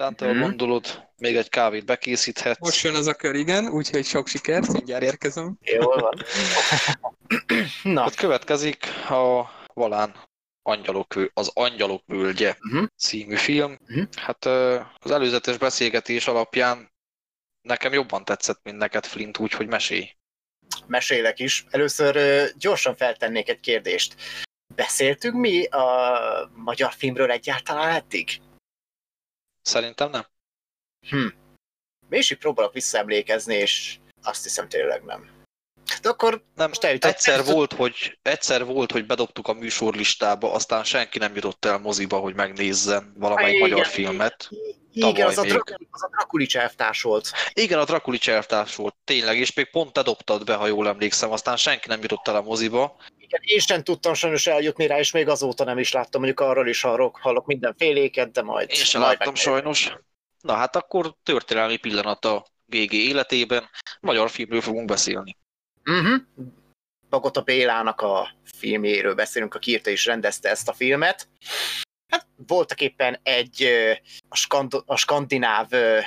Dante, ha gondolod, még egy kávét bekészíthetsz. Most jön az a kör, igen, úgyhogy sok sikert, mindjárt érkezem. Jól van. Na. Hát következik a Valán az Angyalok völgye című film. Hát az előzetes beszélgetés alapján nekem jobban tetszett, mint neked, Flint, úgyhogy mesélj. Mesélek is. Először gyorsan feltennék egy kérdést. Beszéltünk mi a magyar filmről egyáltalán eddig? Szerintem nem. Mégis próbálok visszaemlékezni, és azt hiszem tényleg nem. De akkor nem, most eljutott. Egyszer volt, hogy bedobtuk a műsorlistába, aztán senki nem jutott el moziba, hogy megnézzen valamelyik magyar filmet. Igen, az a Drakulics elvtárs volt. Igen, a Drakulics elvtárs volt, tényleg, és még pont te dobtad be, ha jól emlékszem, aztán senki nem jutott el a moziba. Igen, én sem tudtam sajnos eljutni rá, és még azóta nem is láttam, mondjuk arról is hallok mindenféléket, de majd... Én sem láttam sajnos. Na hát akkor történelmi pillanat a GG életében, magyar filmről fogunk beszélni. Bagota Bélának a filmjéről beszélünk, aki írta és rendezte ezt a filmet. Hát voltak éppen a skandináv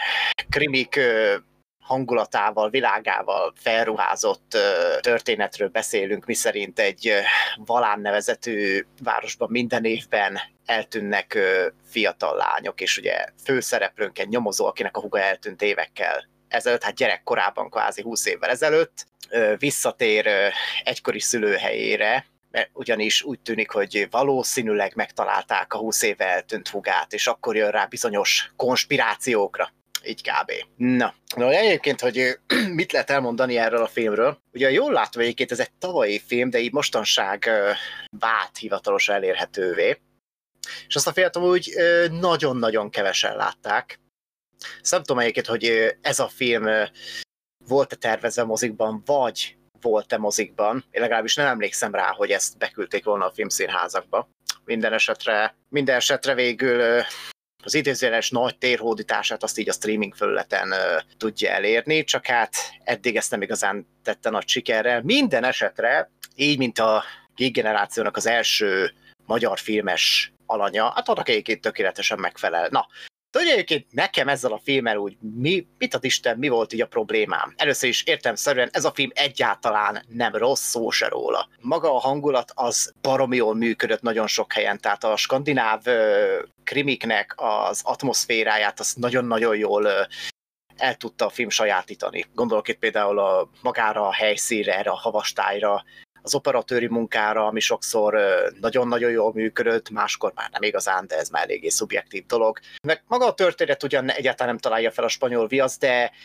krimik hangulatával, világával felruházott történetről beszélünk, miszerint egy Valán nevezetű városban minden évben eltűnnek fiatal lányok, és ugye főszereplőnk egy nyomozó, akinek a húga eltűnt évekkel ezelőtt, hát gyerekkorában, kvázi 20 évvel ezelőtt, visszatér egykori szülőhelyére, mert ugyanis úgy tűnik, hogy valószínűleg megtalálták a 20 éve eltűnt húgát, és akkor jön rá bizonyos konspirációkra. Így kb. Na egyébként, hogy mit lehet elmondani erről a filmről? Ugye jól látom egyébként, ez egy tavalyi film, de így mostanság vált hivatalosan elérhetővé. És azt a filmet úgy nagyon-nagyon kevesen látták. Azt nem tudom egyébként, hogy ez a film volt-e tervezve mozikban, vagy volt-e mozikban. Én legalábbis nem emlékszem rá, hogy ezt beküldték volna a filmszínházakba. Minden esetre végül az idézőjeles nagy térhódítását azt így a streaming felületen tudja elérni, csak hát eddig ezt nem igazán tette nagy sikerrel. Minden esetre, így mint a Geek generációnak az első magyar filmes alanya, hát annak egyébként tökéletesen megfelel. Na, de ugye egyébként nekem ezzel a filmmel úgy, mit ad Isten, mi volt így a problémám? Először is értelemszerűen ez a film egyáltalán nem rossz, szó se róla. Maga a hangulat az baromi jól működött nagyon sok helyen, tehát a skandináv krimiknek az atmoszféráját az nagyon-nagyon jól el tudta a film sajátítani. Gondolok itt például magára a helyszínre, erre a havastályra, az operatőri munkára, ami sokszor nagyon-nagyon jól működött, máskor már nem igazán, de ez már eléggé szubjektív dolog. Meg maga a történet ugyan egyáltalán nem találja fel a spanyol viaszt,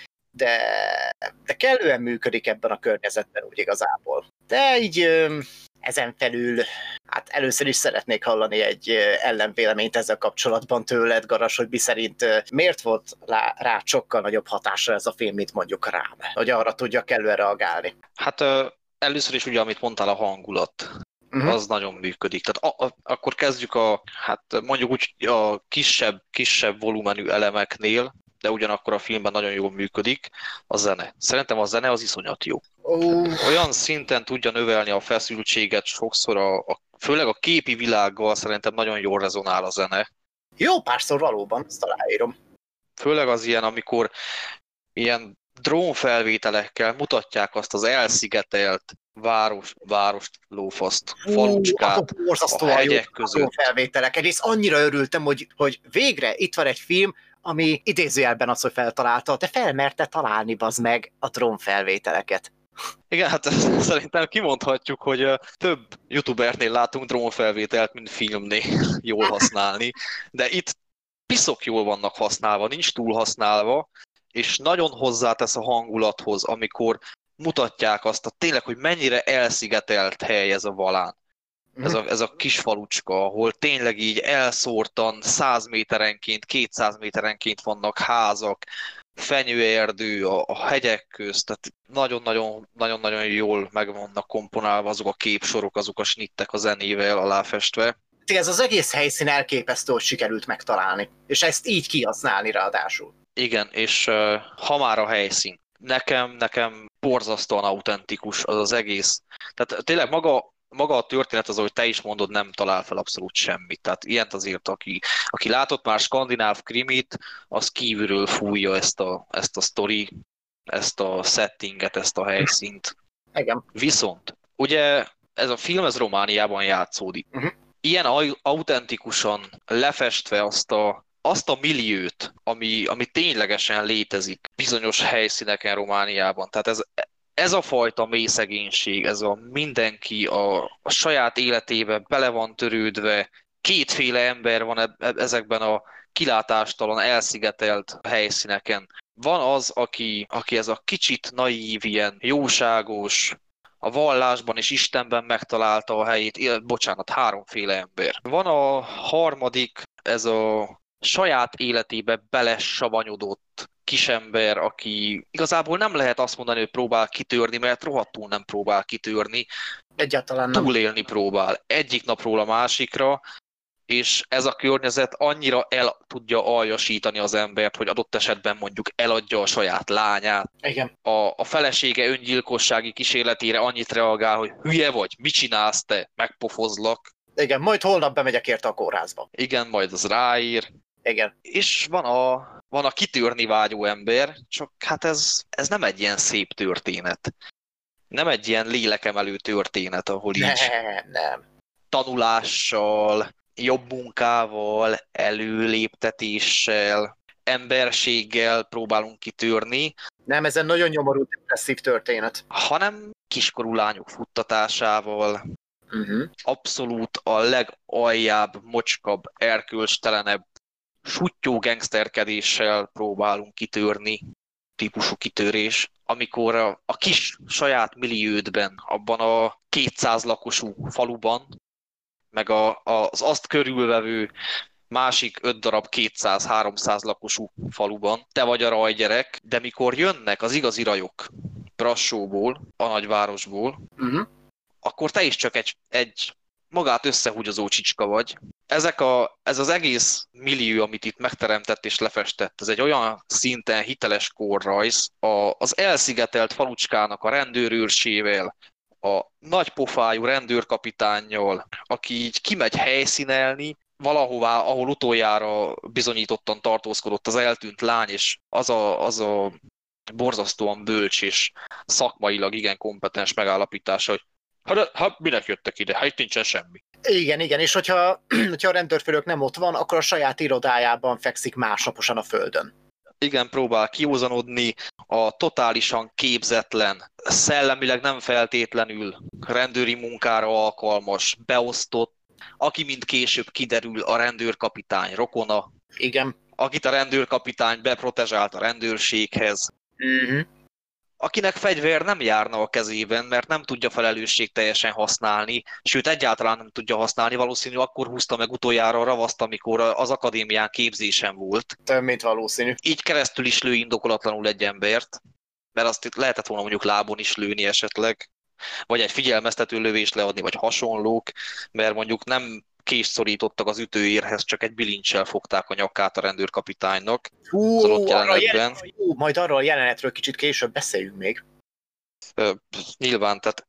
de kellően működik ebben a környezetben úgy igazából. De így ezen felül, hát először is szeretnék hallani egy ellenvéleményt ezzel kapcsolatban tőled, Garas, hogy miszerint miért volt rá sokkal nagyobb hatásra ez a film, mint mondjuk rám, hogy arra tudja kellően reagálni. Hát először is ugye, amit mondtál, a hangulat, az nagyon működik. Tehát akkor kezdjük mondjuk úgy a kisebb volumenű elemeknél, de ugyanakkor a filmben nagyon jól működik a zene. Szerintem a zene az iszonyat jó. Olyan szinten tudja növelni a feszültséget sokszor, főleg a képi világgal szerintem nagyon jól rezonál a zene. Jó, párszor valóban, ezt aláírom. Főleg az ilyen, amikor ilyen drónfelvételekkel mutatják azt az elszigetelt várost, lófaszt, falucskát a hegyek között. Felvételek. Egyrészt annyira örültem, hogy végre itt van egy film, ami idézőjelben az, hogy feltalálta, de felmerte találni, bazd meg, a drónfelvételeket. Igen, hát szerintem kimondhatjuk, hogy több youtubernél látunk drónfelvételt, mint filmnél jól használni, de itt piszok jól vannak használva, nincs túl használva, és nagyon hozzátesz a hangulathoz, amikor mutatják azt tényleg, hogy mennyire elszigetelt hely ez a Valán. Ez a kis falucska, ahol tényleg így elszórtan 100 méterenként, 200 méterenként vannak házak, fenyőerdő a hegyek közt, tehát nagyon-nagyon jól meg vannak komponálva azok a képsorok, azok a snittek a zenével aláfestve. Ez az egész helyszín elképesztő, hogy sikerült megtalálni, és ezt így kihasználni ráadásul. Igen, és ha már a helyszín, nekem borzasztóan autentikus az egész. Tehát tényleg maga maga a történet az, ahogy te is mondod, nem talál fel abszolút semmit. Tehát ilyent azért, aki látott már skandináv krimit, az kívülről fújja ezt a sztori, ezt a settinget, ezt a helyszínt. Igen. Viszont, ugye ez a film, ez Romániában játszódik. Ilyen autentikusan lefestve azt a milliót, ami ténylegesen létezik bizonyos helyszíneken Romániában. Tehát ez a fajta mély szegénység, ez a mindenki a saját életébe bele van törődve, kétféle ember van ezekben a kilátástalan, elszigetelt helyszíneken. Van az, aki ez a kicsit naív, ilyen jóságos, a vallásban és Istenben megtalálta a helyét, bocsánat, háromféle ember. Van a harmadik, ez a saját életébe belesavanyodott kisember, aki igazából nem lehet azt mondani, hogy próbál kitörni, mert rohadtul nem próbál kitörni. Egyáltalán nem. Túlélni próbál egyik napról a másikra, és ez a környezet annyira el tudja aljasítani az embert, hogy adott esetben mondjuk eladja a saját lányát. Igen. A felesége öngyilkossági kísérletére annyit reagál, hogy hülye vagy, mit csinálsz te, megpofozlak. Igen, majd holnap bemegyek érte a kórházba. Igen, majd az ráír. Igen. És van a kitörni vágyó ember, csak hát ez nem egy ilyen szép történet. Nem egy ilyen lélekemelő történet, ahol így Nem. tanulással, jobb munkával, előléptetéssel, emberséggel próbálunk kitörni. Nem, ez egy nagyon nyomorú, depresszív történet. Hanem kiskorú lányok futtatásával, abszolút a legaljább, mocskabb, erkölcstelenebb, suttyó gengszterkedéssel próbálunk kitörni, típusú kitörés, amikor a kis saját milliódben, abban a 200 lakosú faluban, meg az azt körülvevő másik 5 darab 200-300 lakosú faluban, te vagy a rajgyerek, de mikor jönnek az igazi rajok Brassóból, a nagyvárosból, akkor te is csak egy magát összehúgyozó csicska vagy. Ez az egész millió, amit itt megteremtett és lefestett, ez egy olyan szinten hiteles kórrajz, az elszigetelt falucskának a rendőrőrsével, a nagypofájú rendőrkapitánnyal, aki így kimegy helyszínelni, valahová, ahol utoljára bizonyítottan tartózkodott az eltűnt lány, és az a borzasztóan bölcs és szakmailag igen kompetens megállapítása, hogy hát minek jöttek ide? Hát itt nincsen semmi. Igen, és hogyha a rendőrfőnök nem ott van, akkor a saját irodájában fekszik másnaposan a földön. Igen, próbál kiózanodni, a totálisan képzetlen, szellemileg nem feltétlenül rendőri munkára alkalmas, beosztott, aki mind később kiderül a rendőrkapitány rokona, Igen. akit a rendőrkapitány beprotezsált a rendőrséghez, akinek fegyver nem járna a kezében, mert nem tudja felelősségteljesen használni, sőt egyáltalán nem tudja használni, valószínű akkor húzta meg utoljára a ravaszt, amikor az akadémián képzésen volt. Több, mint valószínű. Így keresztül is lő indokolatlanul egy embert, mert azt itt lehetett volna mondjuk lábon is lőni esetleg, vagy egy figyelmeztető lövést leadni, vagy hasonlók, mert mondjuk nem kést szorítottak az ütőérhez, csak egy bilincsel fogták a nyakát a rendőrkapitánynak. Majd arról a jelenetről kicsit később beszéljünk még. Nyilván, tehát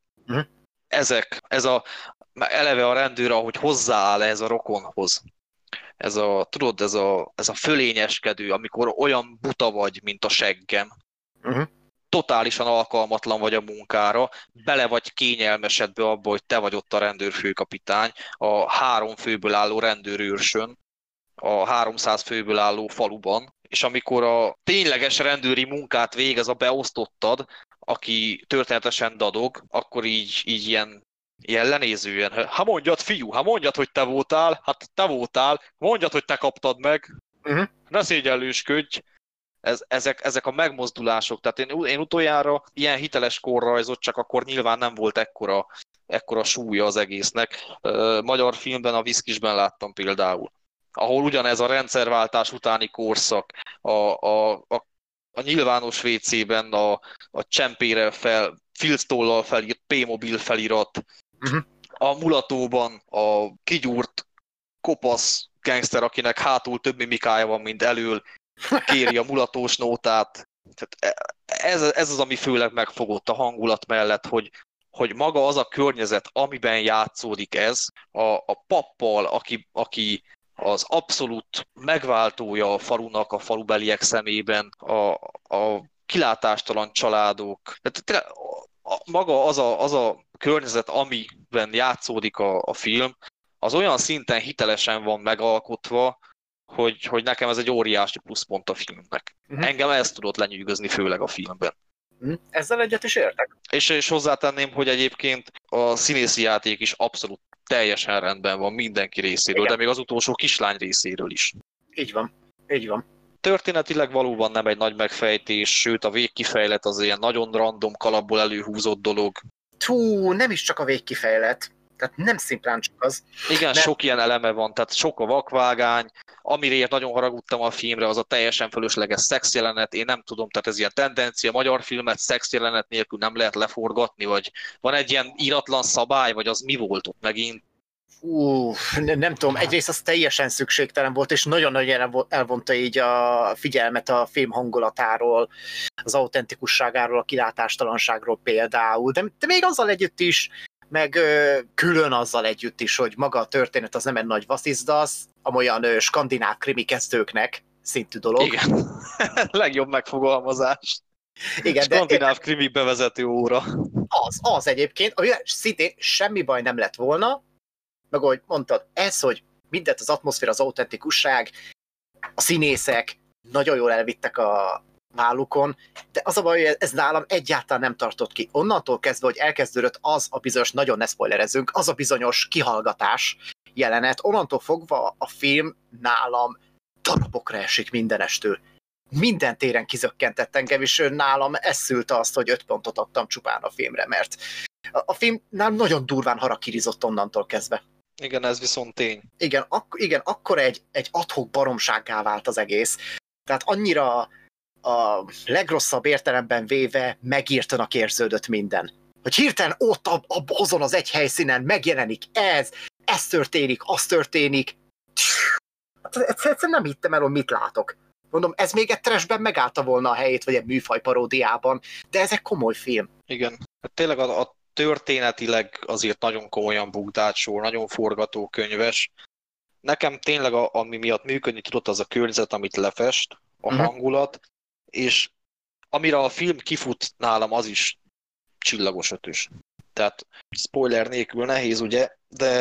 eleve a rendőr, ahogy hozzááll ez a rokonhoz. Ez a fölényeskedő, amikor olyan buta vagy, mint a seggem. Totálisan alkalmatlan vagy a munkára, bele vagy kényelmesedve abba, hogy te vagy ott a rendőrfőkapitány, a 3 főből álló rendőrőrsön, a 300 főből álló faluban, és amikor a tényleges rendőri munkát végez a beosztottad, aki történetesen dadog, akkor így ilyen lenézően, ha mondjad fiú, ha mondjad, hogy te voltál, hát te voltál, mondjad, hogy te kaptad meg, ne szégyellősködj. Ezek a megmozdulások, tehát én utoljára ilyen hiteles kórrajzot, csak akkor nyilván nem volt ekkora súlya az egésznek. Magyar filmben, a Viszkisben láttam például, ahol ugyanez a rendszerváltás utáni korszak, a nyilvános WC-ben a csempére filctollal felírt P-mobil felirat, a mulatóban a kigyúrt kopasz gangster, akinek hátul több mimikája van, mint elől, kéri a mulatós nótát. Tehát ez az, ami főleg megfogott a hangulat mellett, hogy hogy maga az a környezet, amiben játszódik ez, a pappal, aki az abszolút megváltója a falunak, a falubeliek szemében, a kilátástalan családok. Tehát maga az a környezet, amiben játszódik a film, az olyan szinten hitelesen van megalkotva, hogy nekem ez egy óriási pluszpont a filmnek. Engem ezt tudott lenyűgözni, főleg a filmben. Ezzel egyet is értek. És hozzátenném, hogy egyébként a színészi játék is abszolút teljesen rendben van mindenki részéről, igen, de még az utolsó kislány részéről is. Így van, így van. Történetileg valóban nem egy nagy megfejtés, sőt a végkifejlet az ilyen nagyon random kalapból előhúzott dolog. Nem is csak a végkifejlet. Tehát nem szimplán csak az. Igen, sok ilyen eleme van, tehát sok a vakvágány, amire nagyon haragudtam a filmre, az a teljesen fölösleges szexjelenet, én nem tudom, tehát ez ilyen tendencia, magyar filmet szexjelenet nélkül nem lehet leforgatni, vagy van egy ilyen íratlan szabály, vagy az mi volt ott megint? Nem tudom, egyrészt az teljesen szükségtelen volt, és nagyon-nagyon elvonta így a figyelmet a film hangulatáról, az autentikusságáról, a kilátástalanságról például, de még azzal együtt is, meg külön azzal együtt is, hogy maga a történet az nem egy nagy vasszizdasz, amolyan skandináv krimi kezdőknek szintű dolog. Igen, legjobb megfogalmazás. Igen, skandináv krimi bevezető óra. Az egyébként, ami szintén semmi baj nem lett volna, meg ahogy mondtad, ez, hogy mindent az atmoszféra, az autentikusság, a színészek nagyon jól elvittek a vállukon, de az a baj, hogy ez nálam egyáltalán nem tartott ki. Onnantól kezdve, hogy elkezdődött az a bizonyos, nagyon ne spoilerezzünk, az a bizonyos kihallgatás jelenet, onnantól fogva a film nálam darabokra esik mindenestől. Minden téren kizökkentett engem, és nálam ez szülte azt, hogy 5 pontot adtam csupán a filmre, mert a film nálam nagyon durván harakirizott onnantól kezdve. Igen, ez viszont tény. Igen, akkor egy ad-hoc baromsággá vált az egész. Tehát annyira a legrosszabb értelemben véve megírtanak érződött minden. Hogy hirtelen ott azon az egy helyszínen megjelenik ez történik, az történik. Egyszerűen nem hittem el, hogy mit látok. Mondom, ez még egy trashben megállta volna a helyét, vagy egy műfajparódiában, de ez egy komoly film. Igen, hát tényleg a történetileg azért nagyon komolyan bukdácsol, nagyon forgatókönyves. Nekem tényleg, ami miatt működni tudott, az a környezet, amit lefest, a hangulat, és amire a film kifut nálam, az is csillagos 5-ös. Tehát spoiler nélkül nehéz, ugye,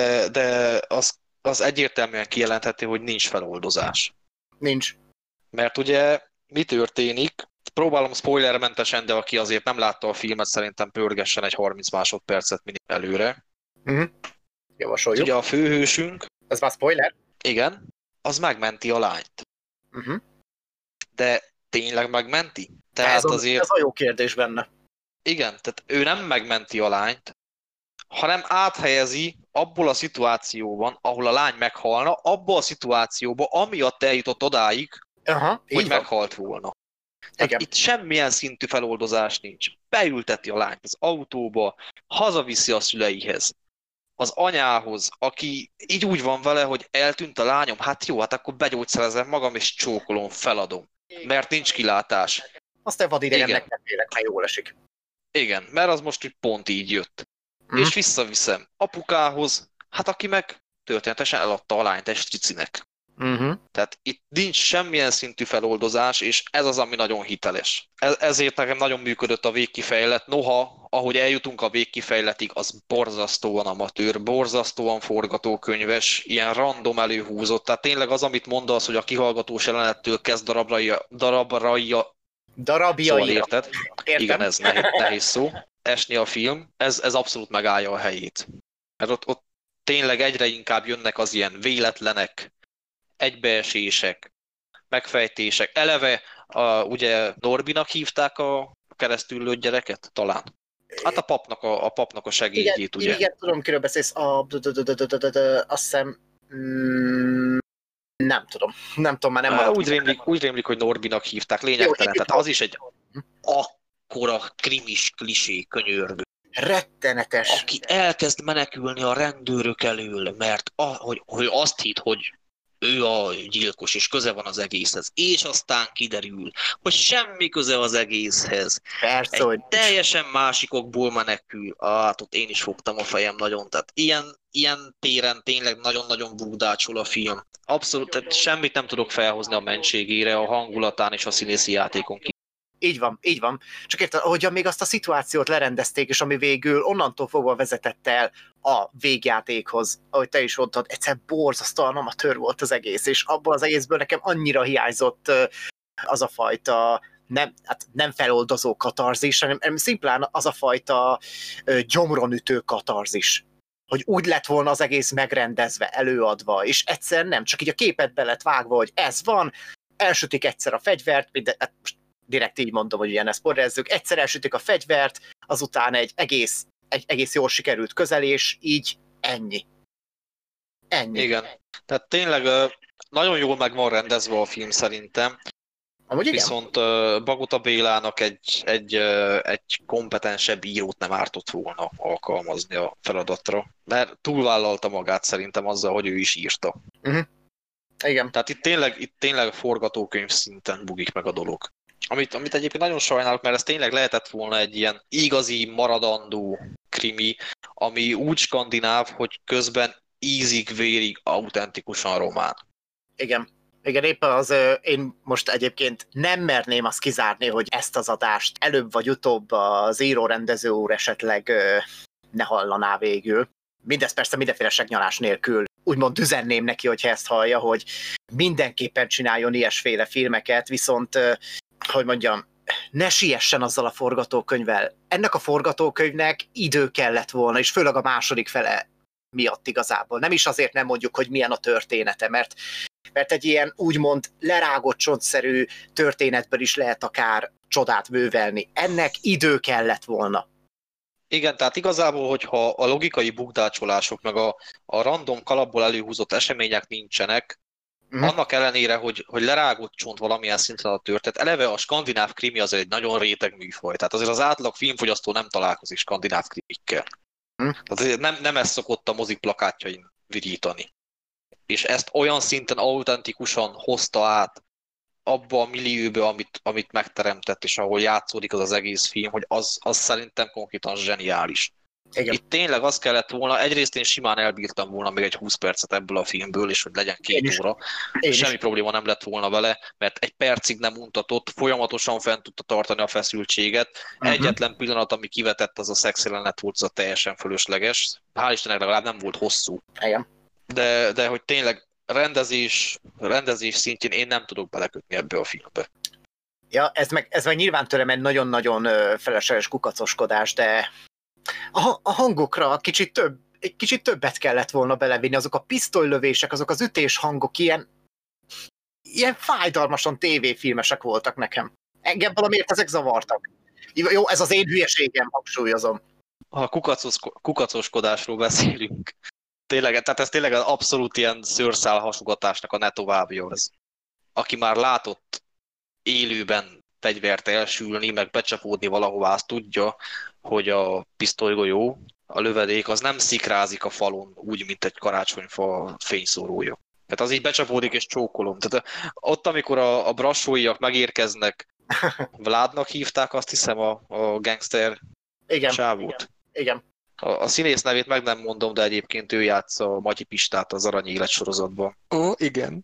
de az egyértelműen kijelenthető, hogy nincs feloldozás. Nincs. Mert ugye mi történik? Próbálom spoilermentesen, de aki azért nem látta a filmet, szerintem pörgessen egy 30 másodpercet minél előre. Javasoljuk. Ugye a főhősünk... Ez már spoiler? Igen, az megmenti a lányt. De tényleg megmenti? Tehát ez a jó kérdés benne. Igen, tehát ő nem megmenti a lányt, hanem áthelyezi abból a szituációban, ahol a lány meghalna, abból a szituációban, amiatt eljutott odáig, hogy meghalt volna. Tehát itt semmilyen szintű feloldozás nincs. Beülteti a lányt az autóba, hazaviszi a szüleihez, az anyához, aki így úgy van vele, hogy eltűnt a lányom, hát jó, hát akkor begyógyszerezem magam, és csókolom, feladom. Mert nincs kilátás. Aztán vadidegennek nem félek, mert jól esik. Igen, mert az most úgy pont így jött. És visszaviszem apukához, hát aki meg történetesen eladta a lányt egy stricinek. Tehát itt nincs semmilyen szintű feloldozás, és ez az, ami nagyon hiteles. Ezért nekem nagyon működött a végkifejlet, noha, ahogy eljutunk a végkifejletig, az borzasztóan amatőr, borzasztóan forgatókönyves, ilyen random előhúzott. Tehát tényleg az, amit mondasz, hogy a kihallgatós jelenettől kezd darabjaira. Szóval érted? Értem. Igen, ez nehéz szó. Esni a film, ez abszolút megállja a helyét. Mert ott tényleg egyre inkább jönnek az ilyen véletlenek, egybeesések, megfejtések. Eleve ugye Norbinak hívták a keresztüllőtt gyereket? Talán. Hát a papnak a segédjét, ugye? Igen, tudom, kiről beszélsz. Azt hiszem... Nem tudom, már nem maradt. Úgy rémlik, hogy Norbinak hívták, lényegtelen. Tehát az is egy akkora krimis klisé könyörgő. Rettenetes. Aki elkezd menekülni a rendőrök elől, mert hogy azt hitt, hogy ő a gyilkos, és köze van az egészhez. És aztán kiderül, hogy semmi köze az egészhez. Persze, Egy hogy teljesen másik okból menekül. Hát ott én is fogtam a fejem nagyon. Tehát ilyen téren tényleg nagyon-nagyon búdácsol a film. Abszolút, tehát semmit nem tudok felhozni a mentségére, a hangulatán és a színészi játékon kívül. így van, így van. Csak érted, ahogyan még azt a szituációt lerendezték, és ami végül onnantól fogva vezetett el a végjátékhoz, ahogy te is mondtad, egyszer borzasztóan amatőr volt az egész, és abból az egészből nekem annyira hiányzott az a fajta nem feloldozó katarzis, hanem szimplán az a fajta gyomron ütő katarzis, hogy úgy lett volna az egész megrendezve, előadva, és egyszer nem, csak így a képet be lett vágva, hogy ez van, elsütik egyszer a fegyvert, most direkt így mondom, hogy ilyen ezt porrezzük, egyszer elsütik a fegyvert, azután egy egész jól sikerült közelés, így ennyi. Igen. Tehát tényleg nagyon jól meg van rendezve a film szerintem. Amúgy igen. Viszont Bagota Bélának egy kompetensebb írót nem ártott volna alkalmazni a feladatra. Mert túlvállalta magát szerintem azzal, hogy ő is írta. Uh-huh. Igen. Tehát itt tényleg forgatókönyv szinten bugik meg a dolog. Amit egyébként nagyon sajnálok, mert ez tényleg lehetett volna egy ilyen igazi, maradandó krimi, ami úgy skandináv, hogy közben ízig-vérig autentikusan román. Igen. Igen, éppen az, én most egyébként nem merném azt kizárni, hogy ezt az adást előbb vagy utóbb az író-rendező úr esetleg ne hallaná végül. Mindez persze mindenféle segnyalás nélkül. Úgymond üzenném neki, hogyha ezt hallja, hogy mindenképpen csináljon ilyesféle filmeket, viszont, hogy mondjam, ne siessen azzal a forgatókönyvvel. Ennek a forgatókönyvnek idő kellett volna, és főleg a második fele miatt igazából. Nem is azért nem mondjuk, hogy milyen a története, mert egy ilyen úgymond lerágott csontszerű történetből is lehet akár csodát művelni. Ennek idő kellett volna. Igen, tehát igazából, hogyha a logikai bukdácsolások, meg a random kalapból előhúzott események nincsenek, annak ellenére, hogy lerágott csont valamilyen szinten a történet, eleve a skandináv krimi az egy nagyon réteg műfaj, tehát azért az átlag filmfogyasztó nem találkozik skandináv krimikkel. Tehát nem ez szokott a mozik plakátjain virítani. És ezt olyan szinten autentikusan hozta át abba a millióbe, amit megteremtett, és ahol játszódik az egész film, hogy az szerintem konkrétan zseniális. Igen. Itt tényleg az kellett volna, egyrészt én simán elbírtam volna még egy 20 percet ebből a filmből, és hogy legyen 2 óra. Semmi probléma nem lett volna vele, mert egy percig nem untatott, folyamatosan fent tudta tartani a feszültséget. Egyetlen pillanat, ami kivetett, az a szexjelenet volt, az a teljesen fölösleges. Hál' Istennek legalább nem volt hosszú. Igen. De hogy tényleg rendezés szintjén én nem tudok belekötni ebbe a filmbe. Ja, ez meg nyilván tőlem egy nagyon-nagyon felesleges kukacoskodás, de a hangokra egy kicsit többet kellett volna belevinni, azok a pisztolylövések, azok az ütéshangok ilyen fájdalmasan tévéfilmesek voltak nekem. Engem valamiért ezek zavartak. Jó, ez az én hülyeségem, hangsúlyozom. Ha kukacoskodásról beszélünk, tényleg, tehát ez tényleg az abszolút ilyen szőrszál hasogatásnak a ne továbbja az. Aki már látott élőben fegyvert elsülni, meg becsapódni valahová, azt tudja, hogy a pisztolygolyó, a lövedék, az nem szikrázik a falon úgy, mint egy karácsonyfa fényszórója. Tehát az így becsapódik és csókolom. Tehát ott, amikor a brassóiak megérkeznek, Vládnak hívták, azt hiszem a gangster csávót. Igen. A színész nevét meg nem mondom, de egyébként ő játsza a Matyi Pistát az Arany Élet sorozatban. Igen.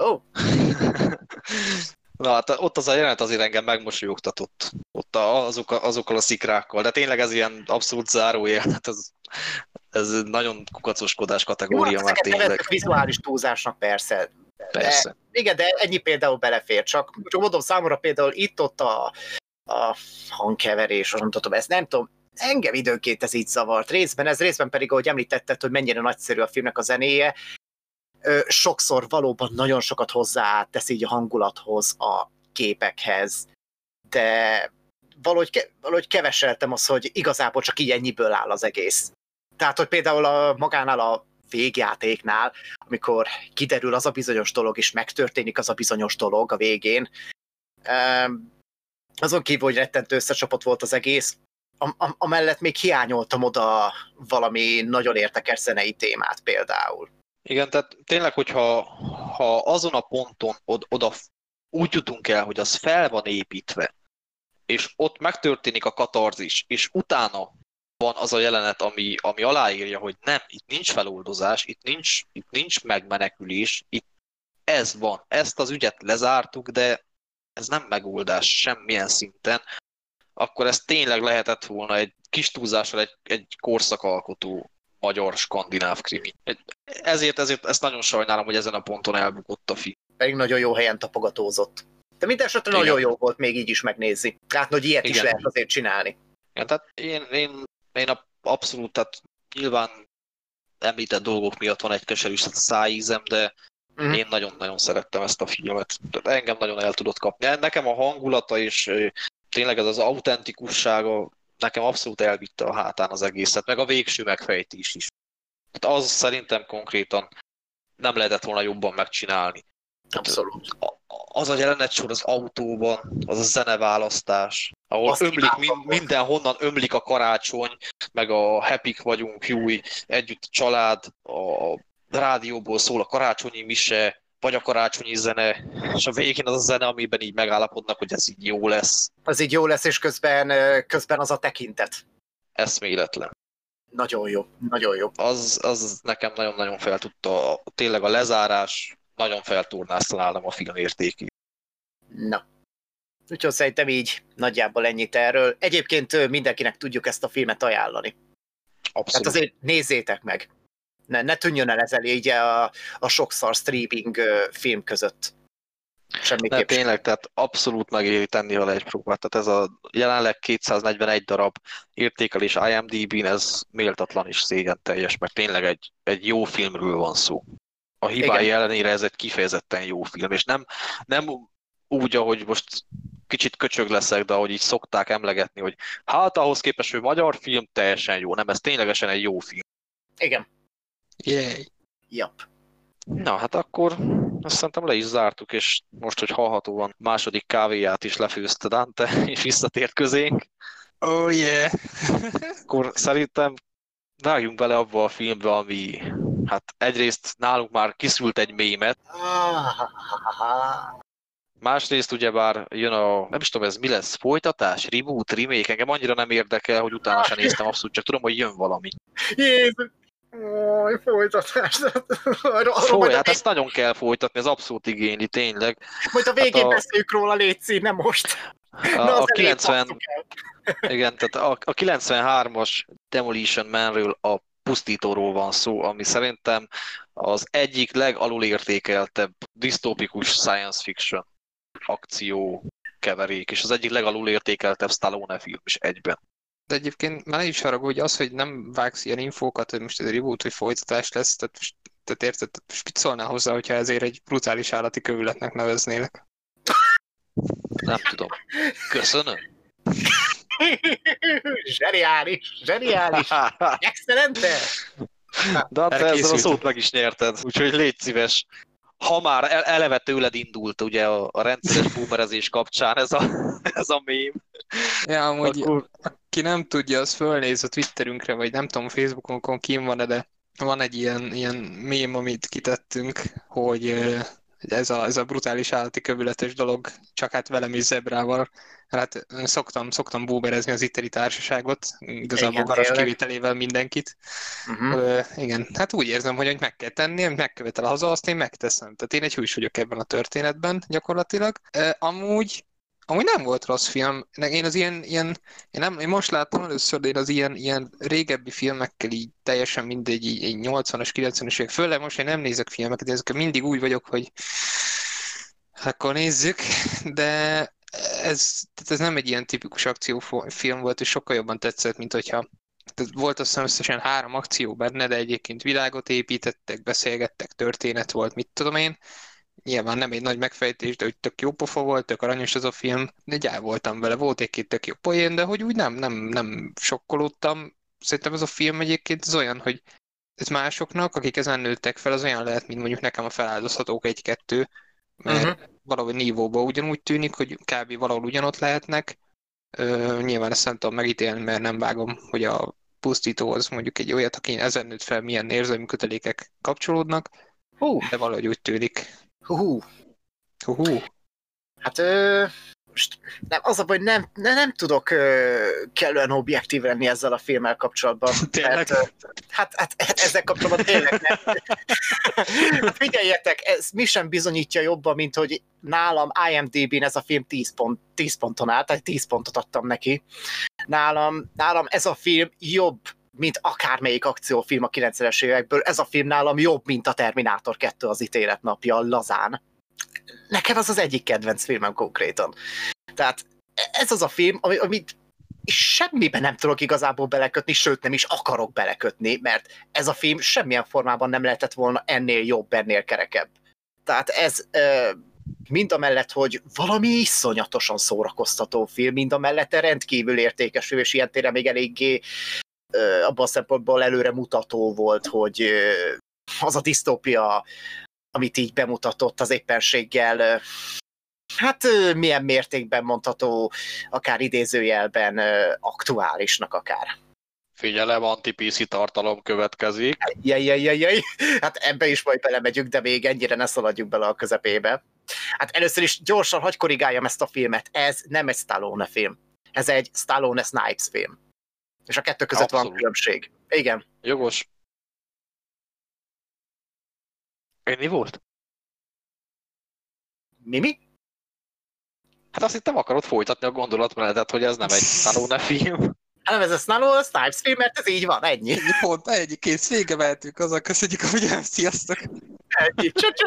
Na, hát ott az a jelenet azért engem megmosolyogtatott. Ott azokkal a szikrákkal. De tényleg ez ilyen abszolút zárójel. Hát ez nagyon kukacoskodás kategória már tényleg. Vizuális túlzásnak persze. Persze. Igen, de ennyi például belefér. Csak mondom, számomra például itt-ott a hangkeverés, nem tudom, ezt nem tudom, engem időnként ez így zavart. Részben pedig, ahogy említetted, hogy mennyire nagyszerű a filmnek a zenéje, sokszor valóban nagyon sokat hozzátesz így a hangulathoz, a képekhez, de valahogy keveseltem azt, hogy igazából csak így ennyiből áll az egész. Tehát, hogy például magánál a végjátéknál, amikor kiderül az a bizonyos dolog, és megtörténik az a bizonyos dolog a végén, azon kívül, hogy rettentő összecsapott volt az egész, amellett még hiányoltam oda valami nagyon érdekes zenei témát például. Igen, tehát tényleg, hogyha ha azon a ponton oda úgy jutunk el, hogy az fel van építve, és ott megtörténik a katarzis, és utána van az a jelenet, ami aláírja, hogy nem, itt nincs feloldozás, itt nincs megmenekülés, itt ez van. Ezt az ügyet lezártuk, de ez nem megoldás semmilyen szinten, akkor ez tényleg lehetett volna egy kis túlzással egy korszakalkotó magyar-skandináv krimi. Ezért ezt nagyon sajnálom, hogy ezen a ponton elbukott a film. Pedig nagyon jó helyen tapogatózott. De minden esetre nagyon jó volt még így is megnézni. Látni, hogy ilyet is lehet azért csinálni. Ja, tehát én abszolút, tehát nyilván említett dolgok miatt van egy keserű szájízem, de én nagyon-nagyon szerettem ezt a filmet. Tehát engem nagyon el tudott kapni. Nekem a hangulata és tényleg ez az autentikussága nekem abszolút elvitte a hátán az egészet, meg a végső megfejtés is. Tehát az szerintem konkrétan nem lehetett volna jobban megcsinálni. Abszolút. Az a jelenetsor az autóban, az a zeneválasztás, ahol Azt mindenhonnan ömlik a karácsony, meg a happyk vagyunk, Júj, együtt a család, a rádióból szól a karácsonyi mise, vagy a karácsonyi zene, és a végén az a zene, amiben így megállapodnak, hogy ez így jó lesz. Az így jó lesz, és közben az a tekintet. Eszméletlen. Nagyon jó, nagyon jó. Az nekem nagyon-nagyon fel tudta, tényleg a lezárás nagyon feltornázta nálam a film értékét. Na. Úgyhogy szerintem így nagyjából ennyit erről. Egyébként mindenkinek tudjuk ezt a filmet ajánlani. Abszolút. Tehát azért nézzétek meg. Ne tűnjön el ezzel így a sokszor streaming film között. De tényleg, tehát abszolút megéri tenni vele egy próbát. Tehát ez a jelenleg 241 darab értékelés IMDb-n, ez méltatlan és szégyen teljes, mert tényleg egy jó filmről van szó. A hibái ellenére ez egy kifejezetten jó film, és nem úgy, ahogy most kicsit köcsög leszek, de ahogy így szokták emlegetni, hogy hát ahhoz képest, hogy magyar film, teljesen jó. Nem, ez ténylegesen egy jó film. Igen. Yay. Yep. Na, hát akkor azt szerintem le is zártuk, és most, hogy hallhatóan második kávéját is lefőzte Dante, és visszatért közénk. Oh yeah! Akkor szerintem vágjunk bele abba a filmbe, ami hát egyrészt nálunk már kiszült egy mémet, másrészt ugyebár jön nem is tudom ez mi lesz, folytatás, reboot, remake, engem annyira nem érdekel, hogy utána sem néztem abszolút, csak tudom, hogy jön valami. Jézus! Folytatás. Hát ezt nagyon kell folytatni, ez abszolút igényli, tényleg. Majd a végén beszéljük róla, légy nem most. A 90... Igen, tehát a 93-as Demolition Man-ről, a Pusztítóról van szó, ami szerintem az egyik legalulértékeltebb disztópikus science fiction akció keverék, és az egyik legalulértékeltebb Stallone film is egyben. De egyébként már is haragudj, az, hogy nem vágsz ilyen infókat, hogy most ez egy reboot, hogy folytatás lesz, tehát érted, mit szólnál hozzá, hogyha ezért egy brutális állati kövületnek neveznélek? Nem tudom. Köszönöm. Zseniális. Excelente. Dante, ezzel a szót meg is nyerted, úgyhogy légy szíves. Ha már eleve tőled indult ugye a rendszeres boomerezés kapcsán ez a mém. Ja, amúgy akkor... aki nem tudja, az fölnéz a Twitterünkre, vagy nem tudom, Facebookon kim van, de van egy ilyen mém, amit kitettünk, hogy ez a brutális állati kövületes dolog, csak hát velem is zebrával. Hát szoktam boomerezni az itteni társaságot, igazából Garas kivételével mindenkit. Igen, hát úgy érzem, hogy meg kell tenni, megkövetel haza, azt én megteszem. Tehát én egy hős vagyok ebben a történetben gyakorlatilag. Amúgy nem volt rossz film. Én az én most láttam először, de én az ilyen régebbi filmekkel így teljesen mindegy, így 80-as, 90-es évek, főleg most én nem nézek filmeket, ezekkel mindig úgy vagyok, hogy akkor nézzük, de ez nem egy ilyen tipikus akciófilm volt, és sokkal jobban tetszett, mint hogyha volt azt hiszem összesen 3 akció benne, de egyébként világot építettek, beszélgettek, történet volt, mit tudom én. Nyilván nem egy nagy megfejtés, de hogy tök jó pofa volt, tök aranyos az a film, de el voltam vele, volt egy-két tök jó poén, de hogy úgy nem sokkolódtam. Szerintem ez a film egyébként az olyan, hogy ez másoknak, akik ezen nőttek fel, az olyan lehet, mint mondjuk nekem a Feláldozhatók 1-2, mert valahogy nívóban ugyanúgy tűnik, hogy kb. Valahol ugyanott lehetnek. Nyilván ezt nem tudom megítélni, mert nem vágom, hogy a Pusztítóhoz mondjuk egy olyat, aki ezen nőtt fel, milyen érzelmi kötelékek kapcsolódnak, de valahogy úgy tűnik. Hú. Hát most az a baj, nem tudok kellően objektív lenni ezzel a filmmel kapcsolatban. Tényleg? Hát ezzel kapcsolatban tényleg nem. Hát figyeljetek, ez mi sem bizonyítja jobban, mint hogy nálam IMDb-n ez a film 10 ponton áll, tehát 10 pontot adtam neki. Nálam ez a film jobb, mint akármelyik akciófilm a 90-es évekből. Ez a film nálam jobb, mint a Terminátor 2 az ítélet napja, lazán. Nekem az egyik kedvenc filmem konkrétan. Tehát ez az a film, amit semmiben nem tudok igazából belekötni, sőt nem is akarok belekötni, mert ez a film semmilyen formában nem lehetett volna ennél jobb, ennél kerekebb. Tehát ez mind a mellett, hogy valami iszonyatosan szórakoztató film, mind a mellett rendkívül értékes film, és ilyen téren még eléggé abban a szempontból előre mutató volt, hogy az a disztópia, amit így bemutatott az éppenséggel, hát milyen mértékben mondható, akár idézőjelben aktuálisnak akár. Figyelem, anti-PC tartalom következik. Jaj. Hát ebbe is majd belemegyünk, de még ennyire ne szaladjuk bele a közepébe. Hát először is gyorsan hagy korrigáljam ezt a filmet. Ez nem egy Stallone film. Ez egy Stallone-Snipes film. És a kettő között Abszolút. van különbség. Igen. Jogos. Mi volt? Mi? Hát azt hittem akarod folytatni a gondolatmenetet, hogy ez nem egy Stallone film. Nem, ez a Stallone-Snipes film, mert ez így van, ennyi. Pont, ennyi kész, vége mehetünk, azzal köszönjük a figyelmet, sziasztok! Ennyi, csöcsö!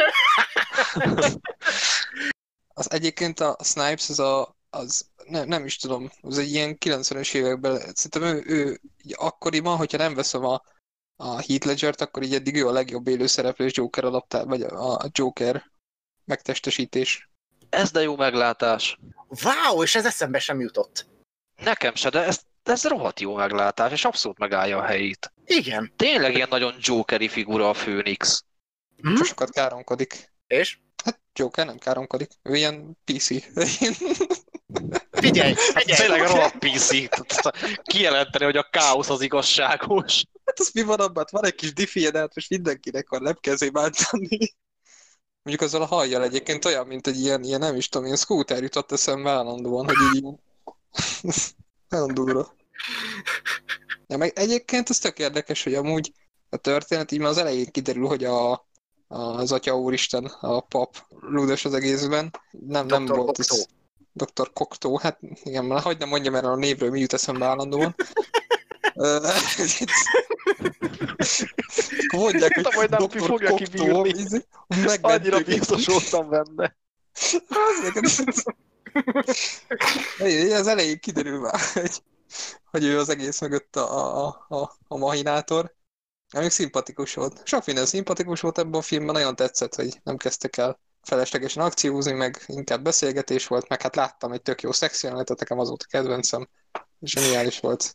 Az egyébként a Snipes, nem is tudom, az egy ilyen 90-es években, szerintem ő akkoriban, hogyha nem veszem a Heath Ledgert, akkor így eddig ő a legjobb élőszereplős Joker adaptál, vagy a Joker megtestesítés. Ez de jó meglátás. Wow, és ez eszembe sem jutott. Nekem se, de ez rohadt jó meglátás, és abszolút megállja a helyét. Igen. Tényleg ilyen nagyon jokeri figura a Főnix. Sokat káromkodik. És? Hát Joker nem káromkodik, ő ilyen PC. Figyelj! Tényleg rohadt PC. Kijelenteni, hogy a káosz az igazságos. Hát az mi van abban? Van egy kis diffie, de hát most mindenkinek van, nem kell bántani. Mondjuk azzal a hajjal egyébként olyan, mint egy ilyen nem is tudom, ilyen scooter jutott eszembe állandóan, hogy így nagyon durva. Ja, meg egyébként az tök érdekes, hogy amúgy a történet így már az elején kiderül, hogy az Atya Úristen, a pap ludas az egészben. Nem volt ez Dr. Cocteau, hát igen, már hagyd nem mondjam erről a névről, mi jut eszembe állandóan. Mondják, hogy majd nem Dr. fogja Cocteau, kibírni. Annyira biztos voltam benne. Az elején kiderül már, hogy ő az egész mögött a mahinátor. Amíg szimpatikus volt. Sok minden szimpatikus volt ebben a filmben, nagyon tetszett, hogy nem kezdtek el feleslegesen akciózni, meg inkább beszélgetés volt, meg hát láttam egy tök jó szexjelenetet, nekem az volt a kedvencem. Zseniális volt.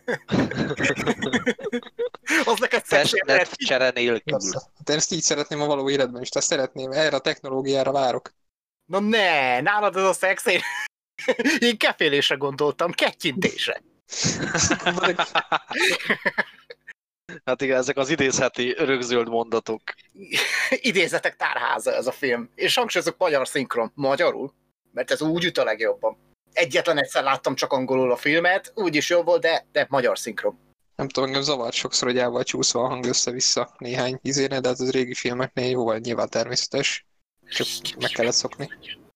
Az neked Testnet csere nélkül. Hát én ezt így szeretném a való életben is, tehát szeretném, erre a technológiára várok. Na ne, nálad az a szex, én kefélésre gondoltam, kettyintésre. Hát igen, ezek az idézheti örökzöld mondatok. Idézetek tárháza ez a film. És hangsúlyozok magyar szinkron. Magyarul? Mert ez úgy üt a legjobban. Egyetlen egyszer láttam csak angolul a filmet, úgyis jó volt, de magyar szinkron. Nem tudom, engem zavart sokszor, hogy el volt csúszva a hang össze-vissza néhány izéne, de hát az régi filmeknél jó volt, nyilván természetes. Csak meg kellett szokni.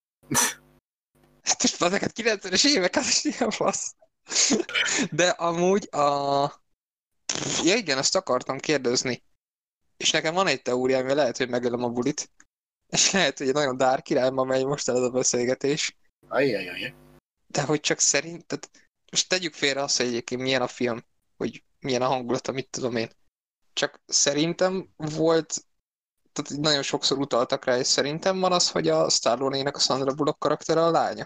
Hát most ezeket 90-es évek, az is ilyen fasz. De amúgy ja igen, ezt akartam kérdezni. És nekem van egy teóriám, hogy lehet, hogy megölöm a bulit. És lehet, hogy egy nagyon dark irányba megy most el ez a beszélgetés. Ajjajjaj. De hogy csak szerinted... Most tegyük félre azt, hogy egyébként milyen a film, hogy milyen a hangulata, mit tudom én. Csak szerintem volt... Tehát nagyon sokszor utaltak rá, és szerintem van az, hogy a Stallone-nek a Sandra Bullock karaktere a lánya.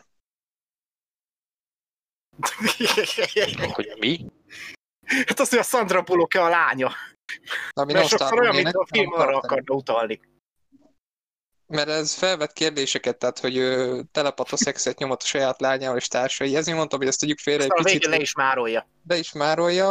Hogy mi? Hát az, hogy a Sandra Bullock a lánya. Ami Mert nem sokszor olyan, mint Stallone-nek, a film hanem arra karakter. akarna utalni. Mert ez felvet kérdéseket, tehát hogy telepatoszexet nyomott a saját lányával és társai. Ezért mondtam, hogy ezt tegyük félre egy Aztán a picit. végén le is márolja. De is márolja,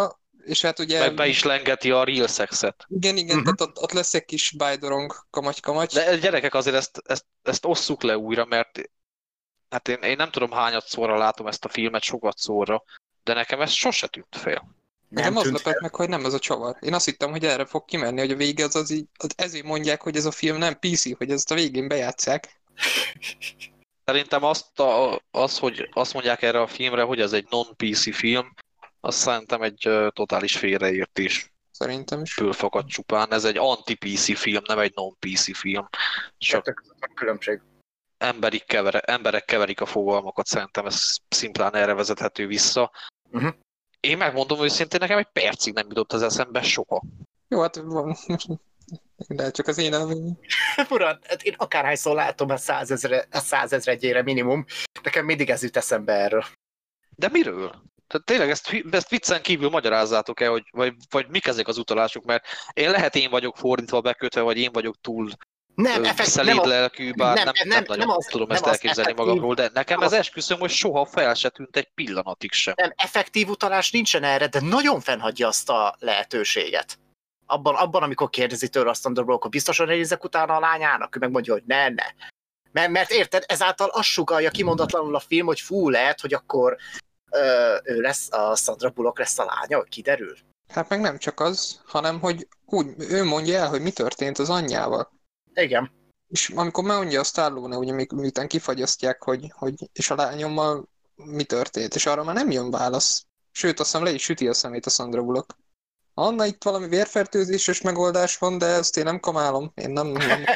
És hát ugye... Meg be is lengeti a real szexet. Igen, tehát ott lesz egy kis bájdorong kamaty-kamaty. De gyerekek, azért ezt osszuk le újra, mert hát én nem tudom hányat szorra látom ezt a filmet, sokat szorra, de nekem ez sose tűnt fél. Nekem az lepett meg, hogy nem ez a csavar. Én azt hittem, hogy erre fog kimenni, hogy a vége az így, ezért mondják, hogy ez a film nem PC, hogy ezt a végén bejátsszák. Szerintem hogy azt mondják erre a filmre, hogy ez egy non-PC film, azt szerintem egy totális félreértés. Szerintem is. Fölfakadt csupán. Ez egy anti-PC film, nem egy non-PC film. Csak különbség. Emberek keverik a fogalmakat, szerintem ez szimplán erre vezethető vissza. Én megmondom őszintén, nekem egy percig nem jutott az eszembe soha. Jó, hát van. De csak az én elvényem. Uram, hát én akárhányszor látom a 100 000-ére minimum, nekem mindig ez jut eszembe erről. De miről? Tehát tényleg ezt viccen kívül magyarázzátok el, vagy mik ezek az utalások, mert én vagyok fordítva bekötve, vagy én vagyok túl szelíd lelkű, bár nem nagyon tudom ezt elképzelni magamról, de nekem ez esküszöm, hogy soha fel se tűnt egy pillanatig sem. Nem, effektív utalás nincsen erre, de nagyon fennhagyja azt a lehetőséget. Abban, amikor kérdezi tőle azt Sandra Bullock, hogy biztosan nézzek utána a lányának, ő megmondja, hogy ne. Mert érted, ezáltal azt sugallja kimondatlanul a film, hogy lehet, hogy akkor ő lesz, a Sandra Bullock lesz a lánya, hogy kiderül. Hát meg nem csak az, hanem hogy úgy, ő mondja el, hogy mi történt az anyjával. Igen. És amikor megmondja a Stallone, ugye miután kifagyasztják, hogy és a lányommal mi történt, és arra már nem jön válasz. Sőt, azt hiszem le is süti a szemét a Sandra Bullock. Anna, itt valami vérfertőzéses megoldás van, de ezt én nem kamálom. Én nem...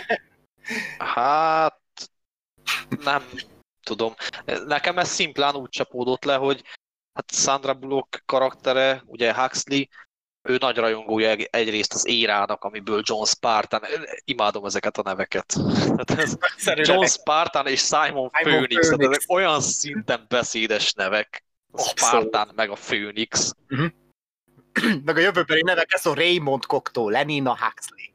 Hát... Nem tudom. Nekem ez szimplán úgy csapódott le, hogy hát Sandra Bullock karaktere, ugye Huxley, ő nagy rajongója egyrészt az érának, amiből John Spartan, imádom ezeket a neveket. John Spartan és Simon Phoenix, tehát ezek olyan szinten beszédes nevek. A Spartan meg a Phoenix. Meg a jövőbeli nevek, ez a Raymond Cocteau, Lenina Huxley.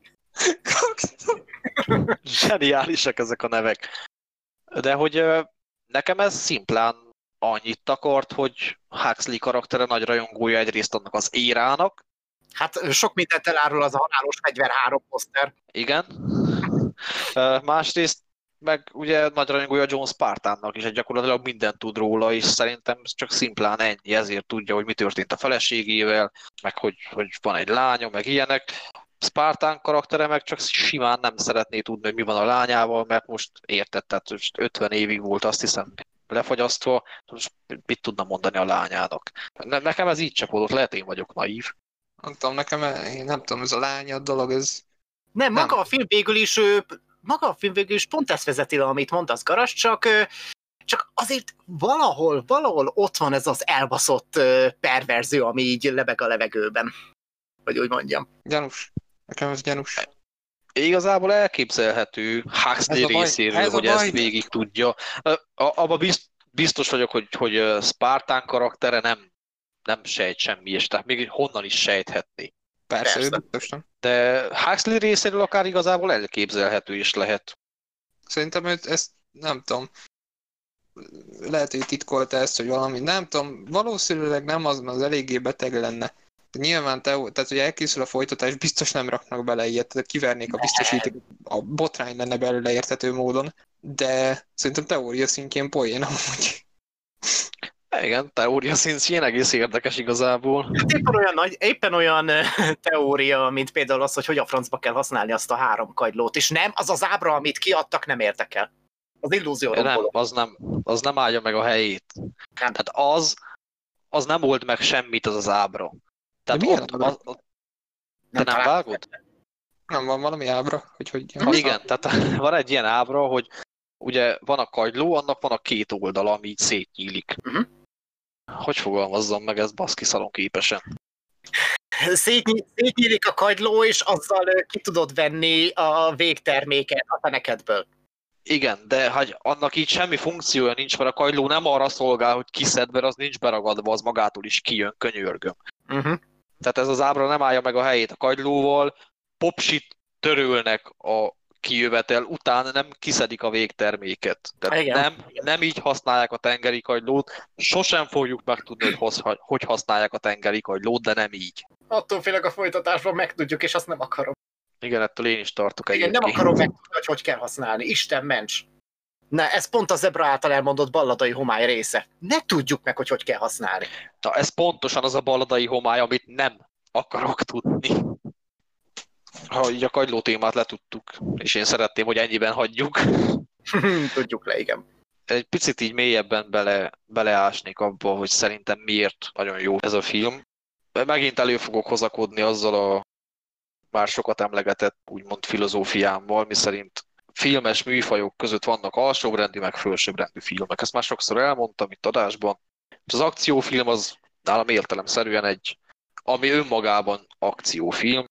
Zseniálisak ezek a nevek. De hogy nekem ez szimplán annyit akart, hogy Huxley karaktere nagy rajongója egyrészt annak az érának. Hát sok mindent elárul az a Halálos Fegyver 3 poszter. Igen. Másrészt meg ugye nagy rajongója John Spartannak is, gyakorlatilag mindent tud róla, és szerintem csak szimplán ennyi, ezért tudja, hogy mi történt a feleségével, meg hogy van egy lánya, meg ilyenek. Spartan karaktere meg csak simán nem szeretné tudni, hogy mi van a lányával, mert most érted, tehát 50 évig volt, azt hiszem, lefagyasztva, most mit tudna mondani a lányának. Nekem ez így csapódott, lehet én vagyok naív. Nem tudom, én nem tudom, ez a lánya dolog, ez... Nem, maga a film végül is pont ezt vezeti le, amit mondasz, Garas, csak azért valahol ott van ez az elbaszott perverzió, ami így lebeg a levegőben. Vagy úgy mondjam. Gyanús. Nekem ez gyanús. Igazából elképzelhető Huxley részéről, hogy ezt végig tudja. Abba biztos vagyok, hogy Spartan karaktere nem sejt semmi, és tehát még honnan is sejthetné. Persze. Biztos nem. De Huxley részéről akár igazából elképzelhető is lehet. Szerintem ezt nem tudom. Lehet, hogy titkolta ezt, hogy valami, nem tudom, valószínűleg nem az eléggé beteg lenne. Nyilván, tehát hogy elkészül a folytatás, biztos nem raknak bele ilyet, tehát kivernék a biztosíték, a botrány lenne belőle érthető módon, de szerintem teória szintjén poén amúgy. Igen, teória szintjén egész érdekes igazából. Éppen olyan teória, mint például az, hogy a francba kell használni azt a 3 kagylót, és nem, az az ábra, amit kiadtak, nem érdekel. Az illúzió. Nem, az nem állja meg a helyét. Nem. Tehát az nem old meg semmit, az ábra. Tehát te nem vágod? Nem, van valami ábra, hogy igen, tehát van egy ilyen ábra, hogy ugye van a kagyló, annak van a 2 oldala, ami így szétnyílik. Hogy fogalmazzam meg ezt baszki szalonképesen? Szétnyílik a kagyló, és azzal ki tudod venni a végterméket a fenekedből. Igen, de hogy annak így semmi funkciója nincs, mert a kagyló nem arra szolgál, hogy kiszed, mert az nincs beragadva, az magától is kijön, könyörgöm. Tehát ez az ábra nem állja meg a helyét a kagylóval, popsit törölnek a kijövetel után nem kiszedik a végterméket. Tehát nem így használják a tengeri kagylót, sosem fogjuk megtudni, hogy használják a tengeri kagylót, de nem így. Attól félek a folytatásban megtudjuk, és azt nem akarom. Igen, ettől én is tartok egyébként. Igen, nem akarom megtudni, hogy kell használni. Isten ments! Na, ez pont a Zebra által elmondott balladai homály része. Ne tudjuk meg, hogy kell használni. Na, ez pontosan az a balladai homály, amit nem akarok tudni. Ha így a kagyló témát letudtuk, és én szeretném, hogy ennyiben hagyjuk. Tudjuk le, igen. Egy picit így mélyebben beleásnék abba, hogy szerintem miért nagyon jó ez a film. Megint elő fogok hozakodni azzal a már sokat emlegetett úgymond filozófiámmal, miszerint filmes műfajok között vannak alsóbrendű, meg felsőbbrendű filmek. Ezt már sokszor elmondtam itt adásban. Az akciófilm az nálam értelemszerűen ami önmagában akciófilm,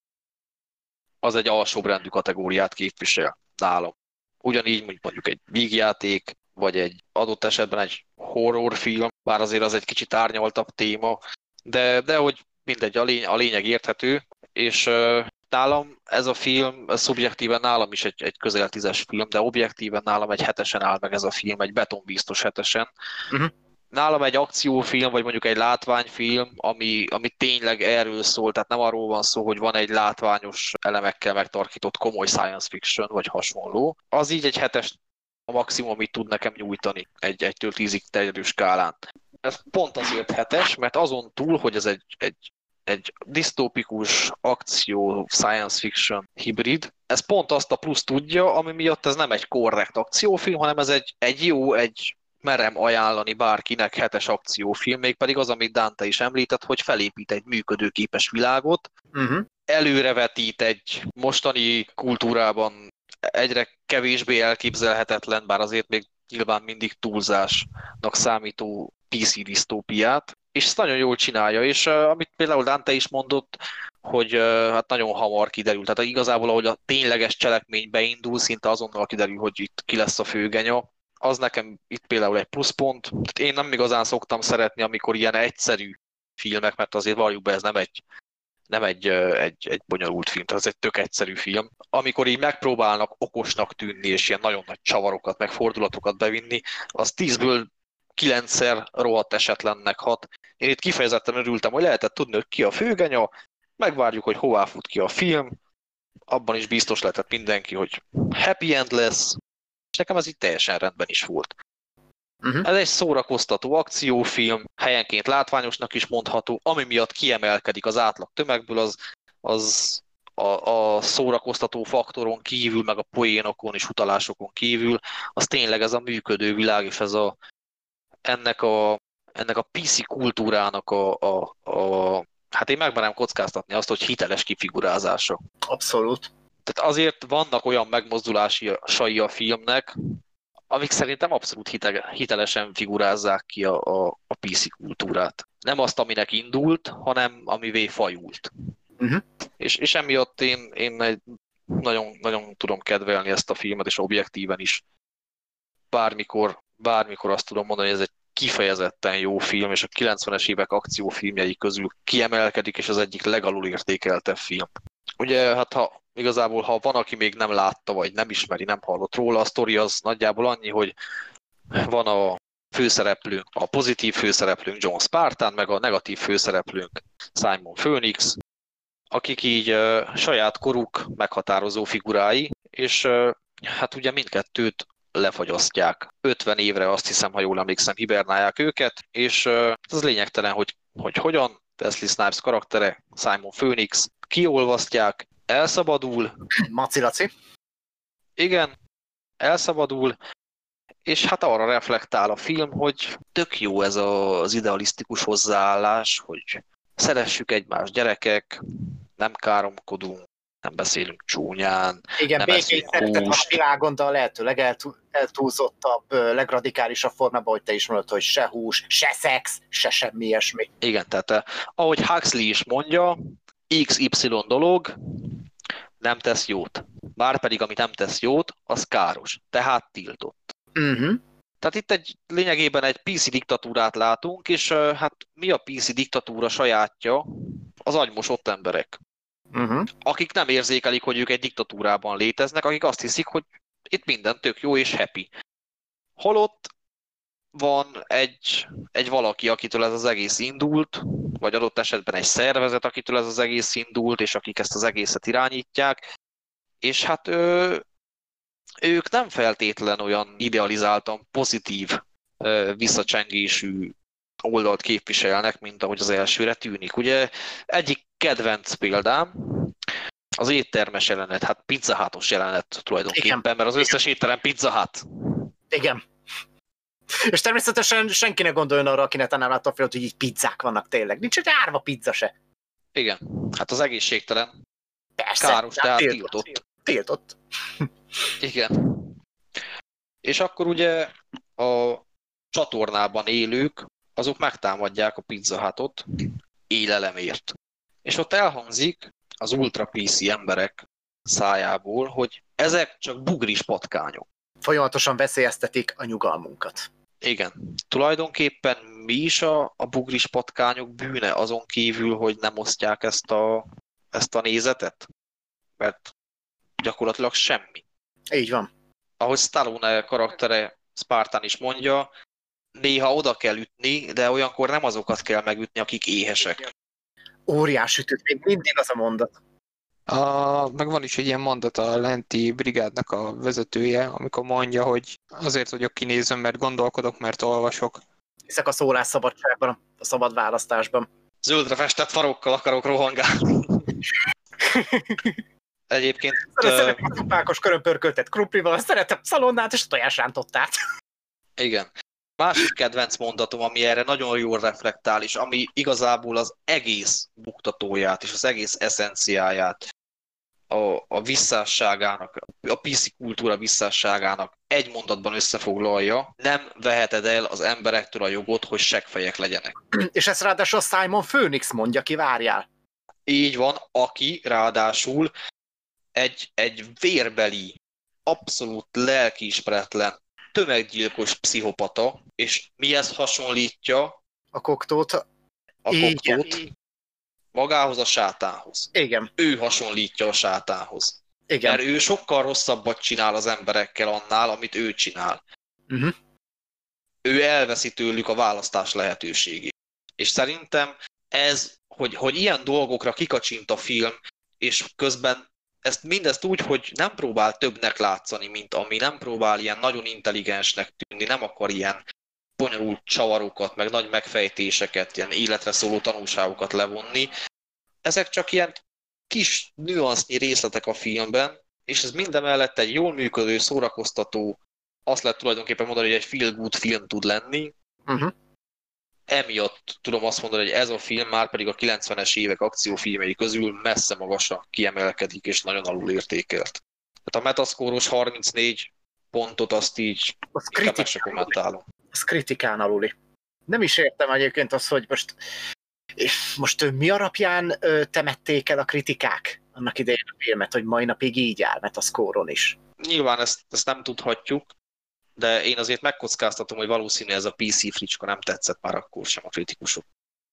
az egy alsóbrendű kategóriát képvisel nálam. Ugyanígy mondjuk egy vígjáték, vagy egy adott esetben egy horrorfilm, bár azért az egy kicsit árnyaltabb téma, de hogy mindegy, a lényeg érthető, és nálam ez a film, szubjektíven nálam is egy közel 10-es film, de objektíven nálam egy 7-esen áll meg ez a film, egy betonbiztos 7-esen. Nálam egy akciófilm, vagy mondjuk egy látványfilm, ami tényleg erről szól, tehát nem arról van szó, hogy van egy látványos elemekkel megtarkított komoly science fiction, vagy hasonló. Az így egy 7-es a maximum, amit tud nekem nyújtani egy 1-től 10-ig terjedő skálán. Ez pont azért 7-es, mert azon túl, hogy ez egy disztópikus akció science fiction hibrid, ez pont azt a plusz tudja, ami miatt ez nem egy korrekt akciófilm, hanem ez egy merem ajánlani bárkinek 7-es akciófilm, mégpedig az, amit Dante is említett, hogy felépít egy működőképes világot, előrevetít egy mostani kultúrában egyre kevésbé elképzelhetetlen, bár azért még nyilván mindig túlzásnak számító PC disztópiát, és ezt nagyon jól csinálja, és amit például Dante is mondott, hogy hát nagyon hamar kiderül, tehát igazából ahogy a tényleges cselekmény beindul, szinte azonnal kiderül, hogy itt ki lesz a főgenya. Az nekem itt például egy pluszpont. Tehát én nem igazán szoktam szeretni, amikor ilyen egyszerű filmek, mert azért valljuk be, ez nem egy bonyolult film, tehát ez egy tök egyszerű film. Amikor így megpróbálnak okosnak tűnni, és ilyen nagyon nagy csavarokat, meg fordulatokat bevinni, az 10-ből 9-szer rohadt esetlennek hat. Én itt kifejezetten örültem, hogy lehetett tudni, hogy ki a főgenya, megvárjuk, hogy hová fut ki a film, abban is biztos lehetett mindenki, hogy happy end lesz, és nekem ez így teljesen rendben is volt. Ez egy szórakoztató akciófilm, helyenként látványosnak is mondható, ami miatt kiemelkedik az átlag tömegből, az a szórakoztató faktoron kívül, meg a poénokon és utalásokon kívül, az tényleg ez a működő világ, és ez ennek a PC kultúrának hát én megmerem kockáztatni azt, hogy hiteles kifigurázása. Abszolút. Tehát azért vannak olyan megmozdulásai a filmnek, amik szerintem abszolút hitelesen figurázzák ki a PC kultúrát. Nem azt, aminek indult, hanem amivé fajult. És emiatt én nagyon, nagyon tudom kedvelni ezt a filmet, és objektíven is. Bármikor azt tudom mondani, hogy ez egy kifejezetten jó film, és a 90-es évek akciófilmjei közül kiemelkedik, és az egyik legalul értékeltebb film. Ugye, hát ha van, aki még nem látta, vagy nem ismeri, nem hallott róla, a sztori az nagyjából annyi, hogy van a főszereplőnk, a pozitív főszereplőnk John Spartan, meg a negatív főszereplőnk Simon Phoenix, akik így saját koruk meghatározó figurái, és hát ugye mindkettőt lefagyasztják. 50 évre azt hiszem, ha jól emlékszem, hibernálják őket, és ez lényegtelen, hogy hogyan. Wesley Snipes karaktere, Simon Phoenix, kiolvasztják, elszabadul. Macilaci. Igen, elszabadul, és hát arra reflektál a film, hogy tök jó ez az idealisztikus hozzáállás, hogy szeressük egymást, gyerekek, nem káromkodunk, nem beszélünk csúnyán, igen, nem békés szeretet van a világon, de a lehető legeltúlzottabb, legradikálisabb formában, hogy te is mondod, hogy se hús, se szex, se semmi ilyesmi. Igen, tehát ahogy Huxley is mondja, XY dolog nem tesz jót. Bárpedig, ami nem tesz jót, az káros, tehát tiltott. Tehát itt lényegében egy PC diktatúrát látunk, és hát mi a PC diktatúra sajátja? Az agymosott emberek. akik nem érzékelik, hogy ők egy diktatúrában léteznek, akik azt hiszik, hogy itt minden tök jó és happy. Holott van egy valaki, akitől ez az egész indult, vagy adott esetben egy szervezet, akitől ez az egész indult, és akik ezt az egészet irányítják, és hát ők nem feltétlen olyan idealizáltan pozitív visszacsengésű oldalt képviselnek, mint ahogy az elsőre tűnik. Ugye egyik kedvenc példám az éttermes jelenet, hát Pizza Hut-os jelenet tulajdonképpen, igen. Mert az összes étterem Pizza Hut. Igen. És természetesen senki ne gondoljon arra, aki netán nem látta a filmet, hogy így pizzák vannak tényleg. Nincs egy árva pizza se. Igen, hát az egészségtelen. Persze, káros, tehát tiltott. Tiltott. Igen. És akkor ugye a csatornában élők, azok megtámadják a Pizza Hutot élelemért. És ott elhangzik az ultra PC emberek szájából, hogy ezek csak bugris patkányok. Folyamatosan veszélyeztetik a nyugalmunkat. Igen. Tulajdonképpen mi is a bugris patkányok bűne azon kívül, hogy nem osztják ezt a nézetet? Mert gyakorlatilag semmi. Így van. Ahogy Stallone karaktere Spartan is mondja, néha oda kell ütni, de olyankor nem azokat kell megütni, akik éhesek. Óriás ütött, még mindig az a mondat. Meg van is egy ilyen mondat a lenti brigádnak a vezetője, amikor mondja, hogy azért vagyok kinézőm, mert gondolkodok, mert olvasok. Hiszek a szólásszabadságban, a szabad választásban. Zöldre festett farokkal akarok rohangálni. Egyébként... Szeretem a tupákos körömpörköltet krumplival, szeretem szalonnát és tojásrántottát. Igen. Másik kedvenc mondatom, ami erre nagyon jól reflektál, és ami igazából az egész buktatóját és az egész eszenciáját, a visszásságának, a PC kultúra visszásságának egy mondatban összefoglalja, nem veheted el az emberektől a jogot, hogy seggfejek legyenek. És ezt ráadásul a Simon Phoenix mondja, ki várjál. Így van, aki ráadásul egy vérbeli, abszolút lelkiismeretlen, tömeggyilkos pszichopata, és mihez hasonlítja a koktót? Magához a sátánhoz. Igen. Ő hasonlítja a sátánhoz. Igen. Mert ő sokkal rosszabbat csinál az emberekkel annál, amit ő csinál. Ő elveszi tőlük a választás lehetőségét. És szerintem ez, hogy ilyen dolgokra kikacsint a film, és közben mindezt úgy, hogy nem próbál többnek látszani, mint ami, nem próbál ilyen nagyon intelligensnek tűnni, nem akar ilyen bonyolult csavarokat, meg nagy megfejtéseket, ilyen életre szóló tanulságokat levonni. Ezek csak ilyen kis nüansznyi részletek a filmben, és ez mindemellett egy jól működő, szórakoztató, azt lehet tulajdonképpen mondani, hogy egy feel-good film tud lenni. Emiatt tudom azt mondani, hogy ez a film már pedig a 90-es évek akciófilmei közül messze magasra kiemelkedik, és nagyon alul értékelt. Tehát a Metascore-os 34 pontot azt így inkább se kommentálom. Az kritikán aluli. Nem is értem egyébként azt, hogy most mi alapján temették el a kritikák annak idején a filmet, hogy mai napig így áll Metascore-on is. Nyilván ezt nem tudhatjuk, de én azért megkockáztatom, hogy valószínű ez a PC fricska nem tetszett már akkor sem a kritikusok.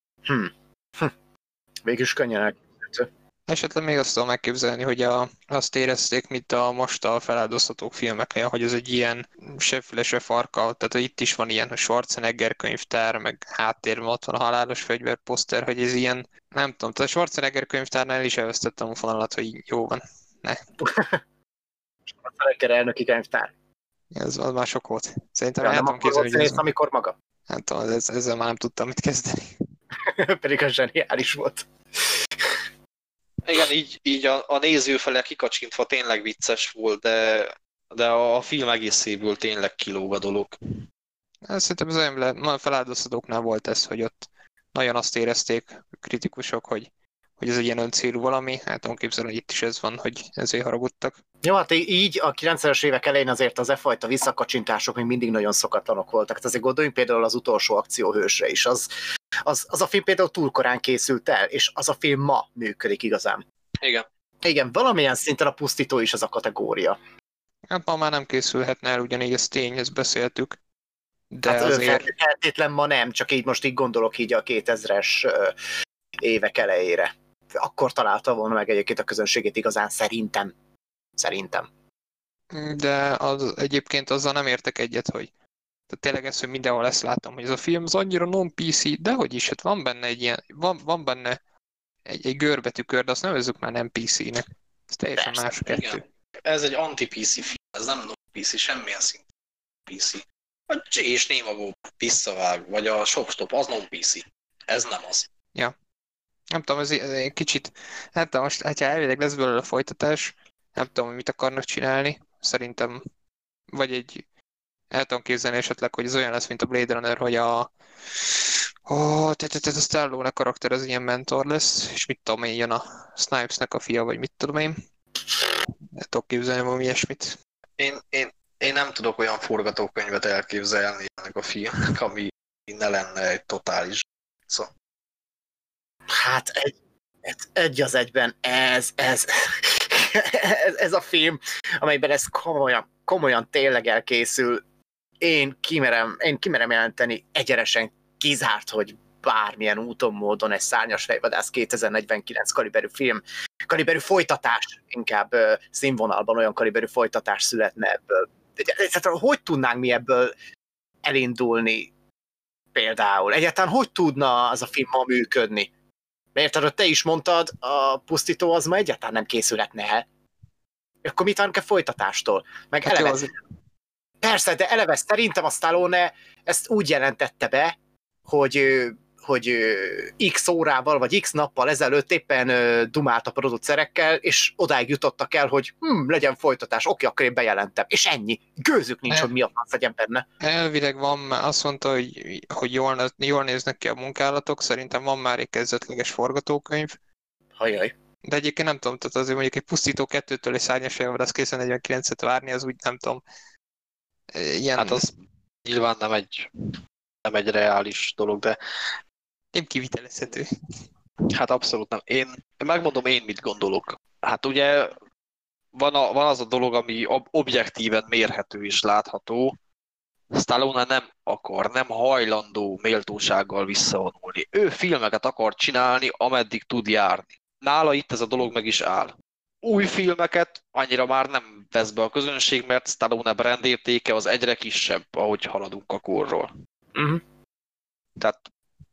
Végülis könnyen elképzelhető. Esetleg még azt tudom megképzelni, hogy azt érezték, mint most a feláldozhatók filmeknél, hogy ez egy ilyen se füle, se farka, tehát hogy itt is van ilyen, hogy Schwarzenegger könyvtár, meg háttérben ott van a halálos fegyver poszter, hogy ez ilyen, nem tudom, tehát a Schwarzenegger könyvtárnál is elvesztettem a fonalat, hogy jó van, ne. Schwarzenegger elnöki könyvtár. Ez az már sok volt. Szerintem nem akkor volt színész, amikor maga. Nem tudom, ezzel már nem tudtam mit kezdeni. Pedig az zseniális volt. Igen, így a néző fele kikacsintva tényleg vicces volt, de a film egészéből tényleg kilóg a dolog. Szerintem az olyan feláldozhatóknál volt ez, hogy ott nagyon azt érezték a kritikusok, hogy ez egy ilyen öncélú valami, hát tudom képzelni, hogy itt is ez van, hogy ezért haragudtak. Jó, hát így a 90-es évek elején azért az e-fajta visszakacsintások még mindig nagyon szokatlanok voltak. Tehát azért gondoljunk például az utolsó akcióhősre is. Az a film például túl korán készült el, és az a film ma működik igazán. Igen. Igen, valamilyen szinten a pusztító is az a kategória. Hát ma már nem készülhetne el, ugyanígy ez tény, ezt beszéltük. De hát azért... feltétlen ma nem, csak így most így gondolok így a 2000-es évek elejére. akkor találta volna meg egyébként a közönségét igazán, szerintem. De egyébként azzal nem értek egyet, hogy tehát tényleg ez, hogy mindenhol ezt látom, hogy ez a film az annyira non-PC, de hogy is, hát van benne egy ilyen, van benne egy görbetűkör, de azt nevezzük már nem PC-nek. Ez teljesen Persze, más kettő. Igen. Ez egy anti-PC film, ez nem non-PC, semmilyen szintű PC. A J és Némagó visszavág, vagy a Shopstop, az non-PC. Ez nem az. Ja. Nem tudom, ez egy kicsit, nem tudom, most, ha elvileg lesz belőle a folytatás, nem tudom, hogy mit akarnak csinálni. Szerintem, vagy el tudom képzelni esetleg, hogy ez olyan lesz, mint a Blade Runner, hogy a Stallone karakter az ilyen mentor lesz, és mit tudom én, jön a Snipesnek a fia, vagy mit tudom én. El tudok képzelni valami ilyesmit. Én nem tudok olyan forgatókönyvet elképzelni ennek a filmnek, ami ne lenne egy totális. Szóval. Hát egy az egyben ez a film, amelyben ez komolyan tényleg elkészül. Én kimerem jelenteni, egyenesen kizárt, hogy bármilyen úton, módon egy Szárnyas fejvadász 2049 kaliberű folytatás, inkább színvonalban olyan kaliberű folytatás születne ebből. Hogy tudnánk mi ebből elindulni például? Egyáltalán hogy tudna az a film ma működni? Mert hogy te is mondtad, a pusztító az ma egyáltalán nem készületne el. Akkor mit várunk a folytatástól? Meg hát eleve... Persze, de eleve szerintem a Stallone ezt úgy jelentette be, hogy x órával vagy x nappal ezelőtt éppen dumált a producerekkel, és odáig jutottak el, hogy legyen folytatás, oké, akkor én bejelentem. És ennyi. Gőzük nincs, hogy mi a fasz legyen benne. Elvileg van már, azt mondta, hogy jól néznek ki a munkálatok, szerintem van már egy kezdetleges forgatókönyv. Hajjaj. De egyébként nem tudom, tehát azért mondjuk egy pusztító 2-től egy Szárnyas fejvadász 249-et várni, az úgy nem tudom. Ilyen... Hát az nyilván nem egy reális dolog, de... Nem kivitelezhető. Hát abszolút nem. Én megmondom mit gondolok. Hát ugye van az a dolog, ami objektíven mérhető és látható. Stallone nem hajlandó méltósággal visszavonulni. Ő filmeket akar csinálni, ameddig tud járni. Nála itt ez a dolog meg is áll. Új filmeket annyira már nem vesz be a közönség, mert Stallone brandértéke az egyre kisebb, ahogy haladunk a korról. Uh-huh. Tehát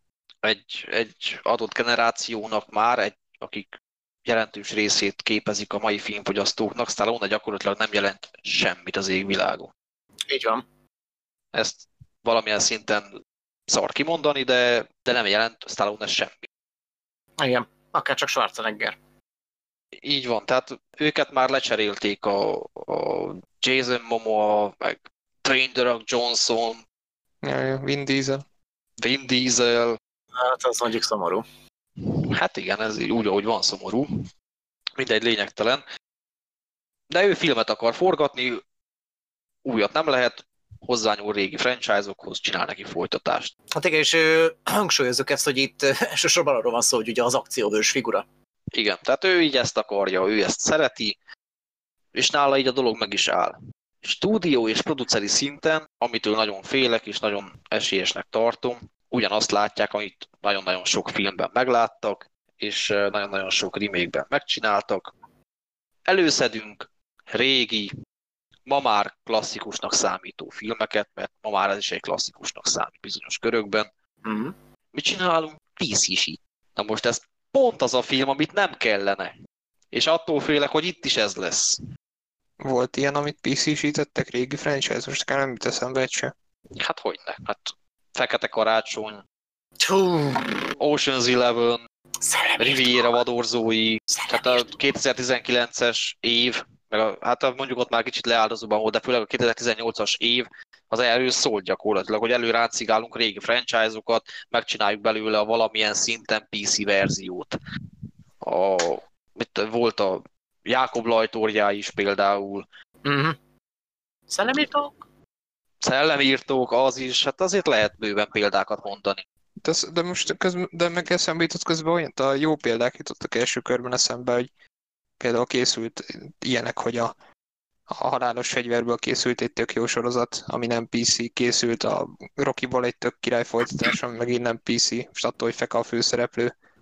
egy adott generációnak már, akik jelentős részét képezik a mai filmfogyasztóknak, Stallone gyakorlatilag nem jelent semmit az égvilágon. Így van. Ezt valamilyen szinten szar kimondani, de nem jelent Stallone semmi. Igen, akár csak Schwarzenegger. Így van, tehát őket már lecserélték a Jason Momoa, meg Dwayne The Rock Johnson, Vin Diesel. Hát az mondjuk szomorú. Hát igen, ez úgy, ahogy van, szomorú. Mindegy, lényegtelen. De ő filmet akar forgatni, újat nem lehet, hozzányúl régi franchise-okhoz, csinál neki folytatást. Hát igen, és hangsúlyozzuk ezt, hogy itt elsősorban arról van szó, hogy ugye az akcióhős figura. Igen, tehát ő így ezt akarja, ő ezt szereti, és nála így a dolog meg is áll. Stúdió és produceri szinten, amitől nagyon félek és nagyon esélyesnek tartom, ugyanazt látják, amit nagyon-nagyon sok filmben megláttak, és nagyon-nagyon sok remake-ben megcsináltak. Előszedünk régi, ma már klasszikusnak számító filmeket, mert ma már ez is egy klasszikusnak számít bizonyos körökben. Uh-huh. Mit csinálunk? PC-sít. Na most ez pont az a film, amit nem kellene. És attól félek, hogy itt is ez lesz. Volt ilyen, amit PC-sítettek, régi franchise, most akár nem jut eszembe egy se. Hát hogyne? Hát Fekete Karácsony, Hú. Ocean's 11, Riviera vadorzói, tehát a 2019-es év, meg hát mondjuk ott már kicsit leáldozóban volt, de főleg a 2018-as év az erről szólt gyakorlatilag, hogy előráncigálunk régi franchise-okat, megcsináljuk belőle a valamilyen szinten PC verziót. Volt a Jákob Lajtorjá is például. Uh-huh. Szellemírtók, az is, hát azért lehet bőven példákat mondani. De most de meg eszembe jutott közben olyan, a jó példák jutottak első körben eszembe, hogy például készült ilyenek, hogy a halálos fegyverből készült egy tök jó sorozat, ami nem PC, készült a Rocky-ból egy tök király folytatás, ami megint nem PC, és attól, hogy Feka a főszereplő.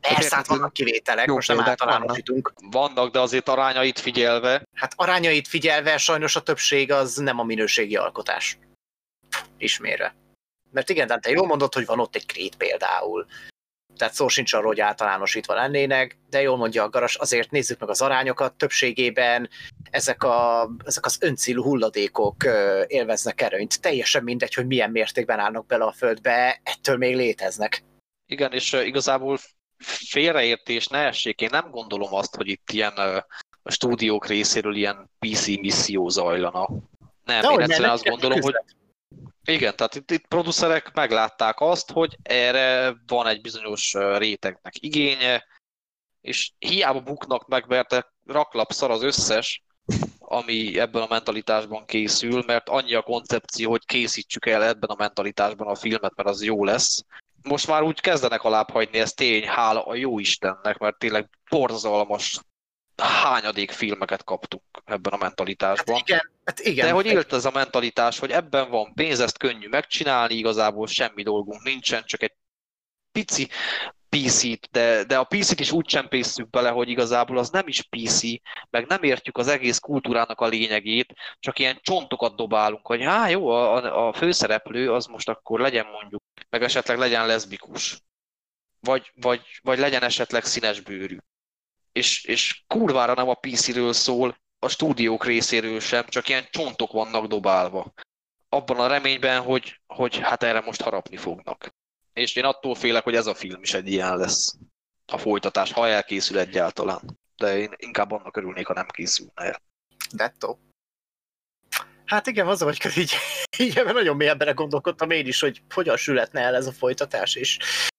Persze, hát vannak kivételek, most nem általánosítunk. Vannak, de azért arányait figyelve. Hát arányait figyelve sajnos a többség az nem a minőségi alkotás. Ismérve. Mert igen, de te jól mondod, hogy van ott egy Creed például. Tehát szó sincs arról, hogy általánosítva lennének, de jól mondja a Garas, azért nézzük meg az arányokat, többségében ezek az öncélú hulladékok élveznek erőnyt. Teljesen mindegy, hogy milyen mértékben állnak bele a földbe, ettől még léteznek. Igen, és igazából félreértés ne essék, én nem gondolom azt, hogy itt ilyen a stúdiók részéről ilyen PC misszió zajlana. Nem, én egyszerűen azt gondolom, hogy igen, tehát itt producerek meglátták azt, hogy erre van egy bizonyos rétegnek igénye, és hiába buknak meg, mert raklapszar az összes, ami ebben a mentalitásban készül, mert annyi a koncepció, hogy készítsük el ebben a mentalitásban a filmet, mert az jó lesz. Most már úgy kezdenek alábbhagyni, ez tény, hála a jó Istennek, mert tényleg borzalmas hányadék filmeket kaptuk ebben a mentalitásban. Hát igen. De hogy élt ez a mentalitás, hogy ebben van pénz, ezt könnyű megcsinálni, igazából semmi dolgunk nincsen, csak egy pici PC-t, de a PC-t is úgy csempészünk bele, hogy igazából az nem is PC, meg nem értjük az egész kultúrának a lényegét, csak ilyen csontokat dobálunk, hogy jó, a főszereplő az most akkor legyen mondjuk, meg esetleg legyen leszbikus, vagy legyen esetleg színesbőrű. És kurvára nem a PC-ről szól, a stúdiók részéről sem, csak ilyen csontok vannak dobálva. Abban a reményben, hogy hát erre most harapni fognak. És én attól félek, hogy ez a film is egy ilyen lesz. A folytatás, ha elkészül egyáltalán. De én inkább annak örülnék, ha nem készülne el. Dettó. Hát igen, az vagy, hogy így nagyon mélyen belegondolkodtam én is, hogy hogyan sületne el ez a folytatás, és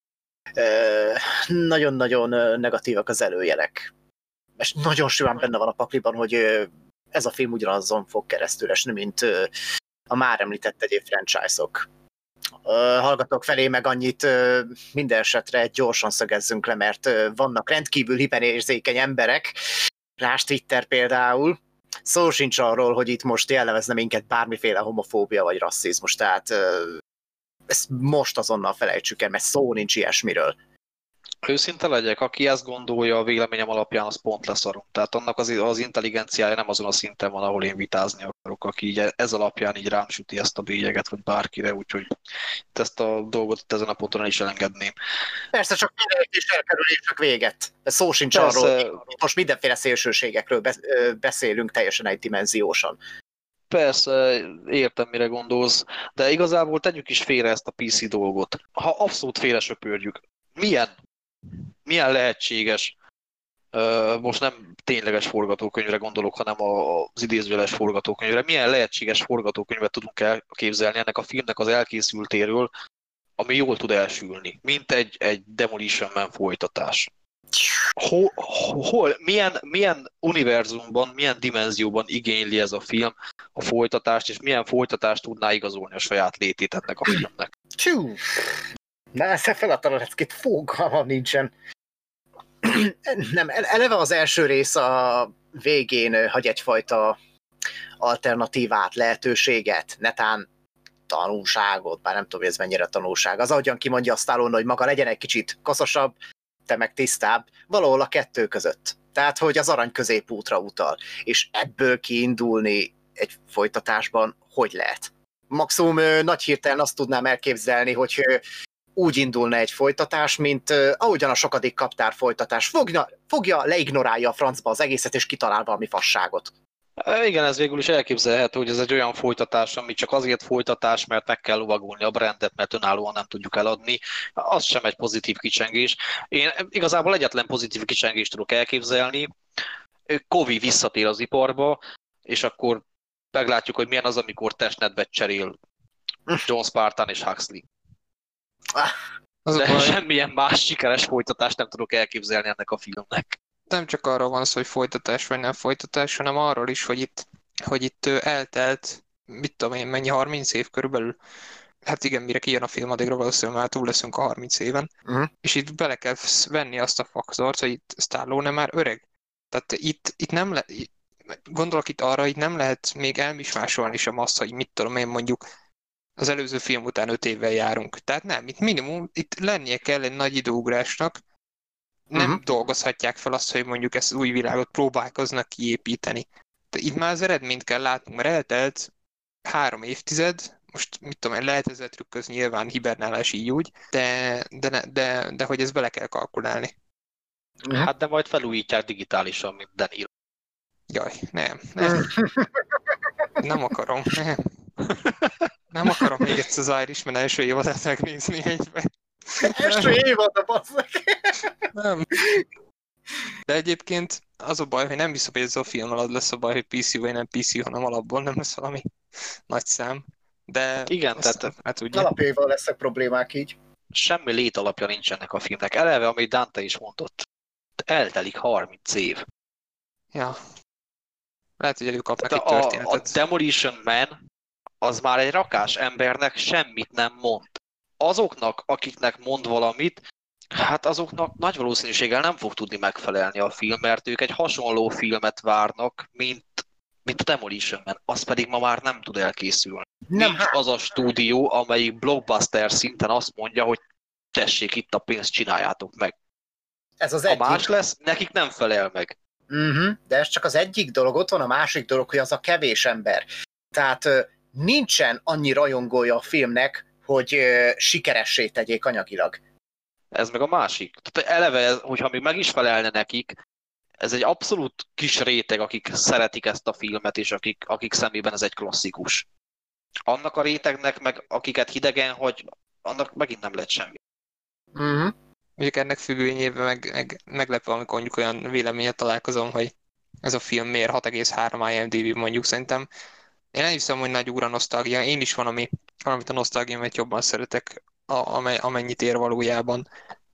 nagyon-nagyon negatívak az előjelek. És nagyon simán benne van a pakliban, hogy ez a film ugyanazon fog keresztül esni, mint a már említett egyéb franchise-ok. Hallgatók felé meg annyit minden esetre gyorsan szögezzünk le, mert vannak rendkívül hiperérzékeny emberek, lásd Twitter például, szó sincs arról, hogy itt most jellemezne minket bármiféle homofóbia vagy rasszizmus, tehát ezt most azonnal felejtsük el, mert szó nincs ilyesmiről. Őszinte legyek, aki ezt gondolja a véleményem alapján, az pont leszarom. Tehát annak az intelligenciája nem azon a szinten van, ahol én vitázni akarok, aki így ez alapján így rám süti ezt a bélyeget, vagy bárkire, úgyhogy ezt a dolgot ezen a ponton el is elengedném. Persze, csak és elkerülések véget. De szó sincs arról, most mindenféle szélsőségekről beszélünk teljesen egydimenziósan. Persze, értem, mire gondolsz, de igazából tegyük is félre ezt a PC dolgot. Ha abszolút félresöpörjük, milyen lehetséges, most nem tényleges forgatókönyvre gondolok, hanem az idézőjeles forgatókönyvre, milyen lehetséges forgatókönyvet tudunk elképzelni ennek a filmnek az elkészültéről, ami jól tud elsülni, mint egy Demolition Man folytatás. Milyen univerzumban, milyen dimenzióban igényli ez a film a folytatást, és milyen folytatást tudná igazolni a saját létét ennek a filmnek? Na, ezt feladta leckét, fogalmam nincsen. Nem, eleve az első rész a végén hagy egyfajta alternatívát, lehetőséget, netán tanulságot, bár nem tudom, hogy ez mennyire tanulság. Az ahogyan kimondja a Stallone, hogy maga legyen egy kicsit kaszosabb, te meg tisztább, valahol a kettő között. Tehát, hogy az arany középútra utal. És ebből kiindulni egy folytatásban hogy lehet? Maximum nagy hirtelen azt tudnám elképzelni, hogy úgy indulna egy folytatás, mint ahogyan a sokadik kaptár folytatás. Fogja, leignorálja a francba az egészet, és kitalál valami fasságot. Igen, ez végül is elképzelhető, hogy ez egy olyan folytatás, ami csak azért folytatás, mert meg kell lovagolni a brandet, mert önállóan nem tudjuk eladni. Az sem egy pozitív kicsengés. Én igazából egyetlen pozitív kicsengést tudok elképzelni. Covey visszatér az iparba, és akkor meglátjuk, hogy milyen az, amikor testnedvet cserél John Spartan és Huxley. De semmilyen más sikeres folytatást nem tudok elképzelni ennek a filmnek. Nem csak arról van szó, hogy folytatás vagy nem folytatás, hanem arról is, hogy itt eltelt, mit tudom én, mennyi, 30 év körülbelül. Hát igen, mire kijön a film, addigra valószínűleg már túl leszünk a 30 éven. És itt bele kell venni azt a faktort, hogy itt Stallone már öreg. Tehát itt nem gondolok itt arra, hogy nem lehet még elmismásolni sem azt, hogy mit tudom én, mondjuk az előző film után 5 évvel járunk. Tehát nem, itt minimum, itt lennie kell egy nagy időugrásnak, nem dolgozhatják fel azt, hogy mondjuk ezt az új világot próbálkoznak kiépíteni. De itt már az eredményt kell látnunk, mert eltelt 3 évtized, most mit tudom én, lehet ezzel trükközni, nyilván hibernálás így úgy, de hogy ezt bele kell kalkulálni. Hát de majd felújítják digitálisan, mint Danilo. Jaj, nem. Nem akarom, nem. Nem akarom még egyszer az Irishman első évadát megnézni egyben. Első évad a basszak. Nem. De egyébként az a baj, hogy nem hiszem, hogy ez a film alatt lesz a baj, hogy PC vagy nem PC, hanem alapból nem lesz valami nagy szám. De igen, tehát hát ugye. Alapjaival lesznek problémák így. Semmi létalapja nincs ennek a filmnek. Eleve, amit Dante is mondott, eltelik 30 év. Ja. Lehet, hogy előkapnak egy A történetet. Demolition Man az már egy rakás embernek semmit nem mond. Azoknak, akiknek mond valamit, hát azoknak nagy valószínűséggel nem fog tudni megfelelni a film, mert ők egy hasonló filmet várnak, mint a Demolition Man. Az pedig ma már nem tud elkészülni. Nincs az a stúdió, amelyik blockbuster szinten azt mondja, hogy tessék, itt a pénzt, csináljátok meg. Ez az ha más lesz, nekik nem felel meg. De ez csak az egyik dolog, ott van a másik dolog, hogy az a kevés ember. Tehát nincsen annyi rajongója a filmnek, hogy sikeressé tegyék anyagilag. Ez meg a másik. Tehát eleve, hogyha még meg is felelne nekik, ez egy abszolút kis réteg, akik szeretik ezt a filmet, és akik szemében ez egy klasszikus. Annak a rétegnek, meg akiket hidegen, hogy annak megint nem lett semmi. Mondjuk ennek függvényében meg meglepő, amikor mondjuk olyan véleményet találkozom, hogy ez a film miért 6,3 IMDb mondjuk szerintem. Én nem hiszem, hogy nagy úra nosztalgia. Én is van, valamit a nosztalgiámat jobban szeretek, amennyit ér valójában.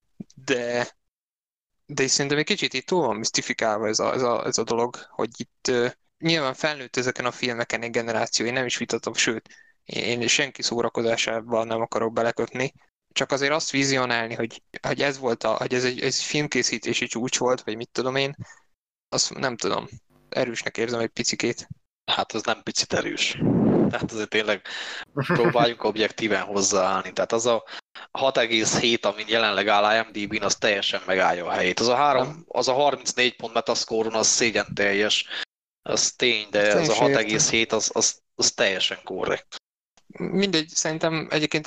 De szerintem egy kicsit itt túl van misztifikálva ez a dolog, hogy itt nyilván felnőtt ezeken a filmeken egy generáció, én nem is vitatom, sőt, én senki szórakozásában nem akarok belekötni, csak azért azt vizionálni, hogy ez volt hogy ez egy filmkészítési csúcs volt, vagy mit tudom én, azt nem tudom, erősnek érzem egy picikét. Hát ez nem picit erős. Tehát azért tényleg próbáljunk objektíven hozzáállni. Tehát az a 6,7, amin jelenleg áll IMDb-n, az teljesen megállja a helyét. Az a 34 pont Metascore-on, az szégyen teljes. Az tény, de az a 6,7 az teljesen korrekt. Mindegy, szerintem egyébként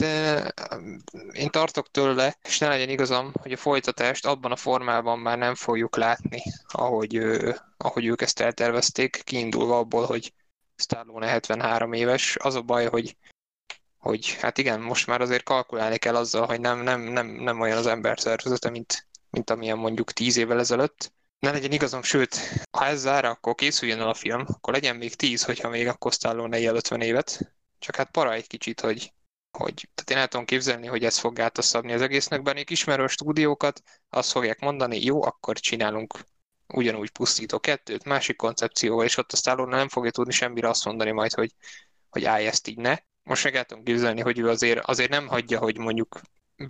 én tartok tőle, és ne legyen igazam, hogy a folytatást abban a formában már nem fogjuk látni, ahogy ők ezt eltervezték, kiindulva abból, hogy Stallone 73 éves. Az a baj, hogy hát igen, most már azért kalkulálni kell azzal, hogy nem olyan az ember szervezete, mint amilyen mondjuk 10 évvel ezelőtt. Ne legyen igazam, sőt, ha ez zár, akkor készüljön el a film, akkor legyen még 10, hogyha még akkor Stallone él 50 évet. Csak hát para egy kicsit, hogy tehát én el tudom képzelni, hogy ez fog gátat szabni az egésznek, bennék ismerő a stúdiókat, azt fogják mondani, jó, akkor csinálunk ugyanúgy Pusztító 2-t, másik koncepcióval, és ott a Stallone nem fogja tudni semmire azt mondani majd, hogy állj, ezt így ne. Most meg el tudom képzelni, hogy ő azért nem hagyja, hogy mondjuk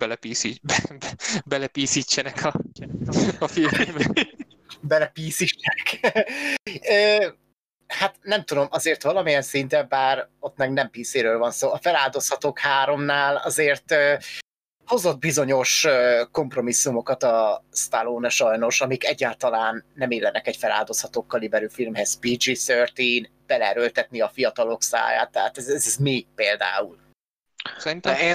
belepíszítsenek a filmbe. Belepíszítsenek. Hát nem tudom, azért valamilyen szinten, bár ott meg nem PC-ről van szó, a Feláldozhatók 3-nál azért hozott bizonyos kompromisszumokat a Stallone sajnos, amik egyáltalán nem illenek egy Feláldozhatók kaliberű filmhez. PG-13, belerőltetni a fiatalok száját, tehát ez mi például? Szerintem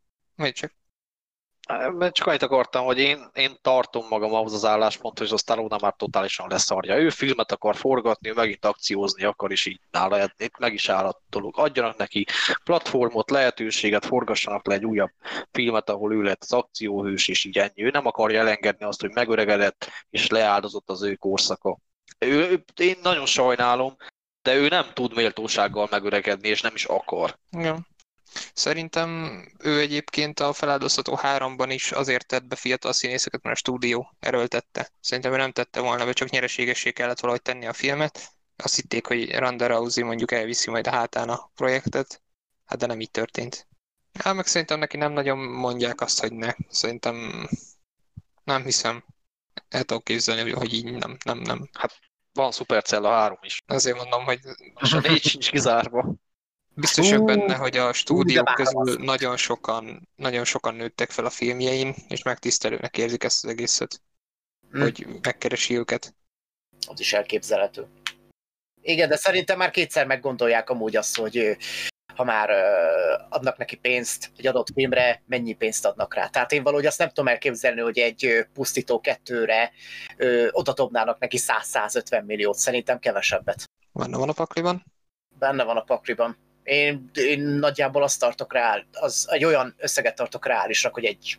Csak annyit akartam, hogy én tartom magam ahhoz az állásponthoz, hogy a Stallone már totálisan leszarja. Ő filmet akar forgatni, ő megint akciózni akar, és így nála itt meg is áll a dolog. Adjanak neki platformot, lehetőséget, forgassanak le egy újabb filmet, ahol ő lett az akcióhős, és így ennyi. Ő nem akarja elengedni azt, hogy megöregedett, és leáldozott az ő korszaka. Én nagyon sajnálom, de ő nem tud méltósággal megöregedni, és nem is akar. Igen. Szerintem ő egyébként a Feláldozható 3-ban is azért tett be fiatal színészeket, mert a stúdió erőltette. Szerintem ő nem tette volna be, csak nyereségessé kellett valahogy tenni a filmet. Azt hitték, hogy Ronda Rousey mondjuk elviszi majd a hátán a projektet, hát de nem így történt. Hát meg szerintem neki nem nagyon mondják azt, hogy ne. Szerintem nem hiszem. El tudok képzelni, hogy így nem. Hát van Supercella 3 is. Azért mondom, hogy... És a 4 sincs kizárva. Biztosak benne, hogy a stúdiók közül nagyon sokan nőttek fel a filmjein, és megtisztelőnek érzik ezt az egészet. hogy megkeresi őket. Az is elképzelhető. Igen, de szerintem már kétszer meggondolják amúgy azt, hogy ha már adnak neki pénzt egy adott filmre, mennyi pénzt adnak rá. Tehát én valahogy azt nem tudom elképzelni, hogy egy Pusztító 2-re oda dobnának neki 100-150 milliót. Szerintem kevesebbet. Benne van a pakliban? Benne van a pakliban. Én nagyjából azt tartok rá, egy olyan összeget tartok reálisnak, hogy egy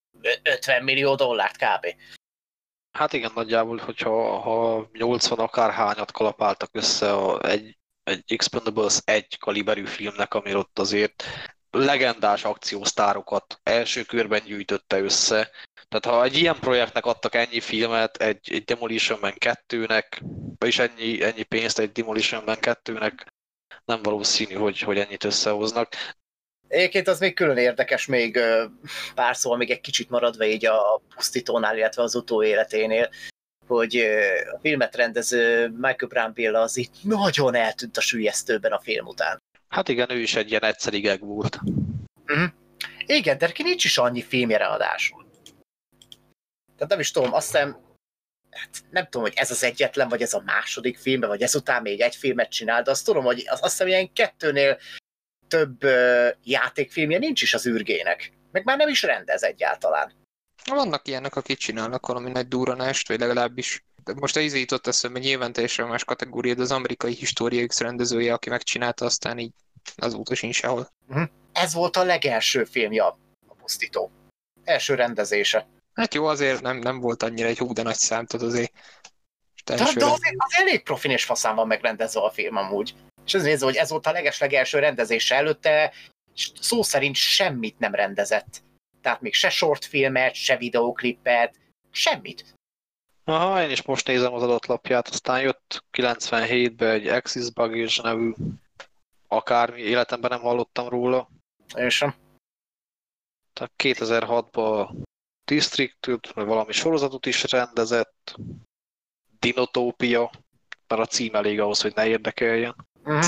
50 millió dollárt kb. Hát igen, nagyjából, hogyha 80 akárhányat kalapáltak össze egy Expendables 1 kaliberű filmnek, ami ott azért legendás akciósztárokat első körben gyűjtötte össze. Tehát ha egy ilyen projektnek adtak ennyi filmet, egy Demolition Man 2-nek, vagyis ennyi pénzt egy Demolition Man 2-nek, nem valószínű, hogy ennyit összehoznak. Egyébként az még külön érdekes, még pár szóval még egy kicsit maradva így a Pusztítónál, illetve az utóéleténél, hogy a filmet rendező Michael Brambilla az itt nagyon eltűnt a süllyesztőben a film után. Hát igen, ő is egy ilyen egyszeri gag volt. Uh-huh. Igen, de nincs is annyi filmje ráadásul. Tehát nem is tudom, azt hiszem, nem tudom, hogy ez az egyetlen, vagy ez a második filmbe, vagy ezután még egy filmet csinál, de azt tudom, hogy azt hiszem, ilyen 2-nél több játékfilmje nincs is az űrgének. Meg már nem is rendez egyáltalán. Vannak ilyenek, akik csinálnak valami nagy durranást, vagy legalábbis. De most az jutott eszembe, nyilván teljesen más kategória, de az amerikai Historia X rendezője, aki megcsinálta, aztán így azóta sincs sehol. Ez volt a legelső filmje a Pusztító. Első rendezése. Hát jó, azért nem volt annyira egy hú, de nagy szám, tehát azért... De azért az elég profin és faszán van megrendezve a film amúgy. És ez nézve, hogy ez volt a legeslegelső rendezése előtte, szó szerint semmit nem rendezett. Tehát még se shortfilmet, se videóklipet, semmit. Aha, én is most nézem az adatlapját, aztán jött 97-ben egy Axis Baggage nevű akármi, életemben nem hallottam róla. Én sem. Tehát 2006-ban Districted, vagy valami sorozatot is rendezett, Dinotopia, mert a cím elég ahhoz, hogy ne érdekeljen.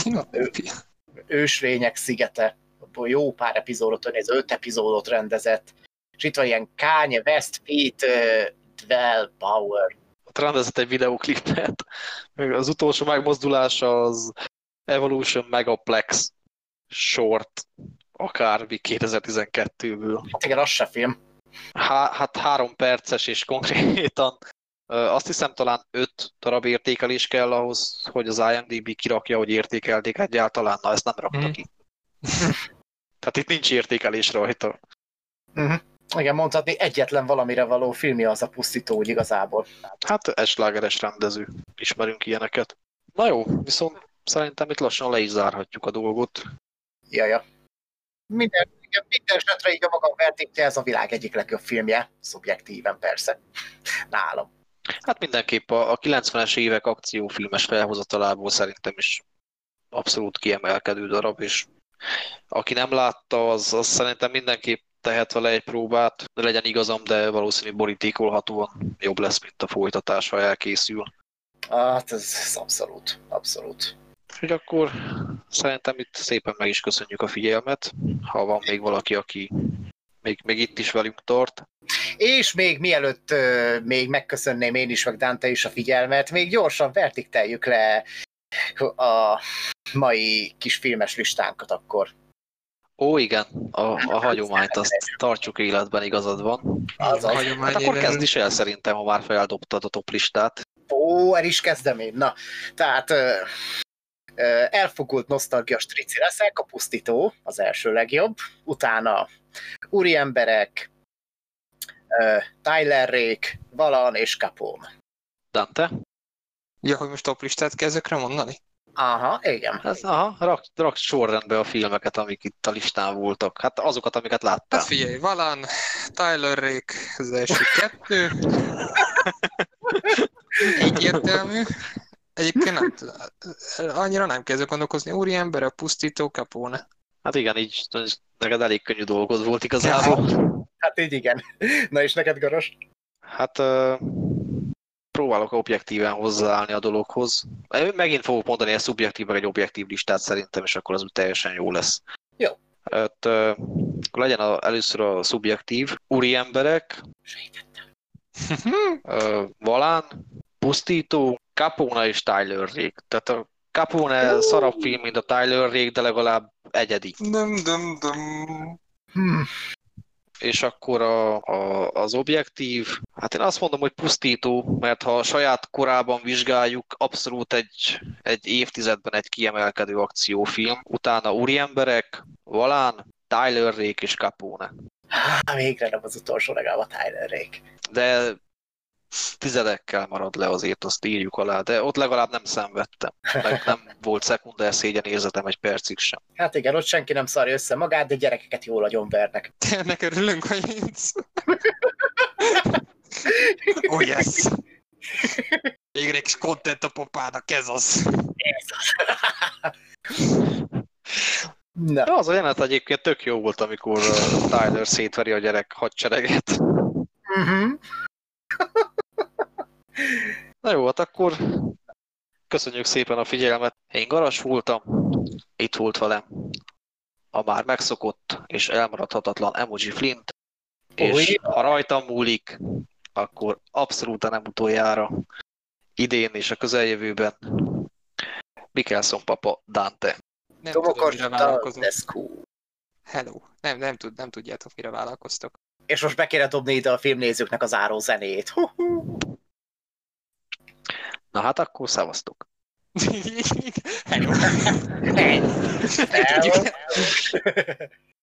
Ősrények szigete. Jó pár epizódot, 5 epizódot rendezett. És itt van ilyen Kanye West, Pete, Dwell, Power. Ott rendezett egy videóklipet. Az utolsó megmozdulása az Evolution Megaplex short, akármi 2012-ből. Hát igen, az se film. Hát 3 perces, és konkrétan azt hiszem talán 5 darab értékelés kell ahhoz, hogy az IMDb kirakja, hogy értékelték egyáltalán. Na, ezt nem rakta ki. Tehát itt nincs értékelés rajta. Igen, mondhatni, egyetlen valamire való filmje az a Pusztító, úgy igazából. Hát eslágeres rendező. Ismerünk ilyeneket. Na jó, viszont szerintem itt lassan le is zárhatjuk a dolgot. Jaja. Minden esetre így a maga verdiktje, ez a világ egyik legjobb filmje, szubjektíven persze, nálam. Hát mindenképp a 90-es évek akciófilmes felhozatalából szerintem is abszolút kiemelkedő darab, és aki nem látta, az szerintem mindenképp tehet vele egy próbát, de legyen igazam, de valószínű borítékolhatóan jobb lesz, mint a folytatás, ha elkészül. Hát ez abszolút, abszolút. Úgyhogy akkor szerintem itt szépen meg is köszönjük a figyelmet, ha van még valaki, aki még itt is velünk tart. És még mielőtt még megköszönném én is, meg Dante is a figyelmet, még gyorsan vertikteljük le a mai kis filmes listánkat akkor. Ó, igen, a hagyományt azt tartsuk életben, igazad van. Hát akkor kezd is el szerintem, ha már feldobtad a top listát. Ó, el is kezdem én. Na, tehát elfogult nosztalgia strici leszek, a Pusztító az első legjobb, utána Úri emberek, Tyler Rake, Valan és Capone. Dante? Ja, hogy most top listát kell ezekre mondani? Aha, igen. Rak sorrendbe a filmeket, amik itt a listán voltak. Hát azokat, amiket láttál. Hát figyelj, Valan, Tyler Rake az első 2. Egyértelmű. Egyébként nem tudom. Annyira nem kezdek gondolkozni. Úri ember, a Pusztító, Capone. Hát igen, így neked elég könnyű dolgod volt igazából. Hát így igen. Na és neked, Garos? Hát próbálok objektíven hozzáállni a dologhoz. Megint fogok mondani egy szubjektív, vagy egy objektív listát szerintem, és akkor az úgy teljesen jó lesz. Jó. Hát, legyen először a szubjektív. Úri emberek. Sejtettem. Volán, Pusztító, Capone és Tyler Rake. Tehát a Capone szarabb film, mint a Tyler Rake, de legalább egyedi. És akkor az objektív, hát én azt mondom, hogy pusztító, mert ha a saját korában vizsgáljuk, abszolút egy évtizedben egy kiemelkedő akciófilm. Utána Úriemberek, Volán, Tyler Rake és Capone. Végre nem az utolsó, legalább a Tyler Rake. De tizedekkel marad le, azért azt írjuk alá, de ott legalább nem szenvedtem. Meg nem volt szekunder szégyenérzetem egy percig sem. Hát igen, ott senki nem szarja össze magát, de gyerekeket jól agyonvernek. Ennek örülünk, hogy nincs. Oh yes! Végre is content a popának, ez az. Ez az. Na. De az a jelenet egyébként tök jó volt, amikor Tyler szétveri a gyerek hadsereget. Na jó, hát akkor köszönjük szépen a figyelmet. Én Garas voltam, itt volt velem a már megszokott és elmaradhatatlan Emoji Flint, és ha rajtam múlik, akkor abszolút nem utoljára idén és a közeljövőben Mikkelson papa Dante. Nem tudom, mire vállalkozom. Hello. Nem tudjátok, mire vállalkoztok. És most be kéne dobni ide a filmnézőknek az záró zenét. Na hát akkor szavaztok. Hello. Hello.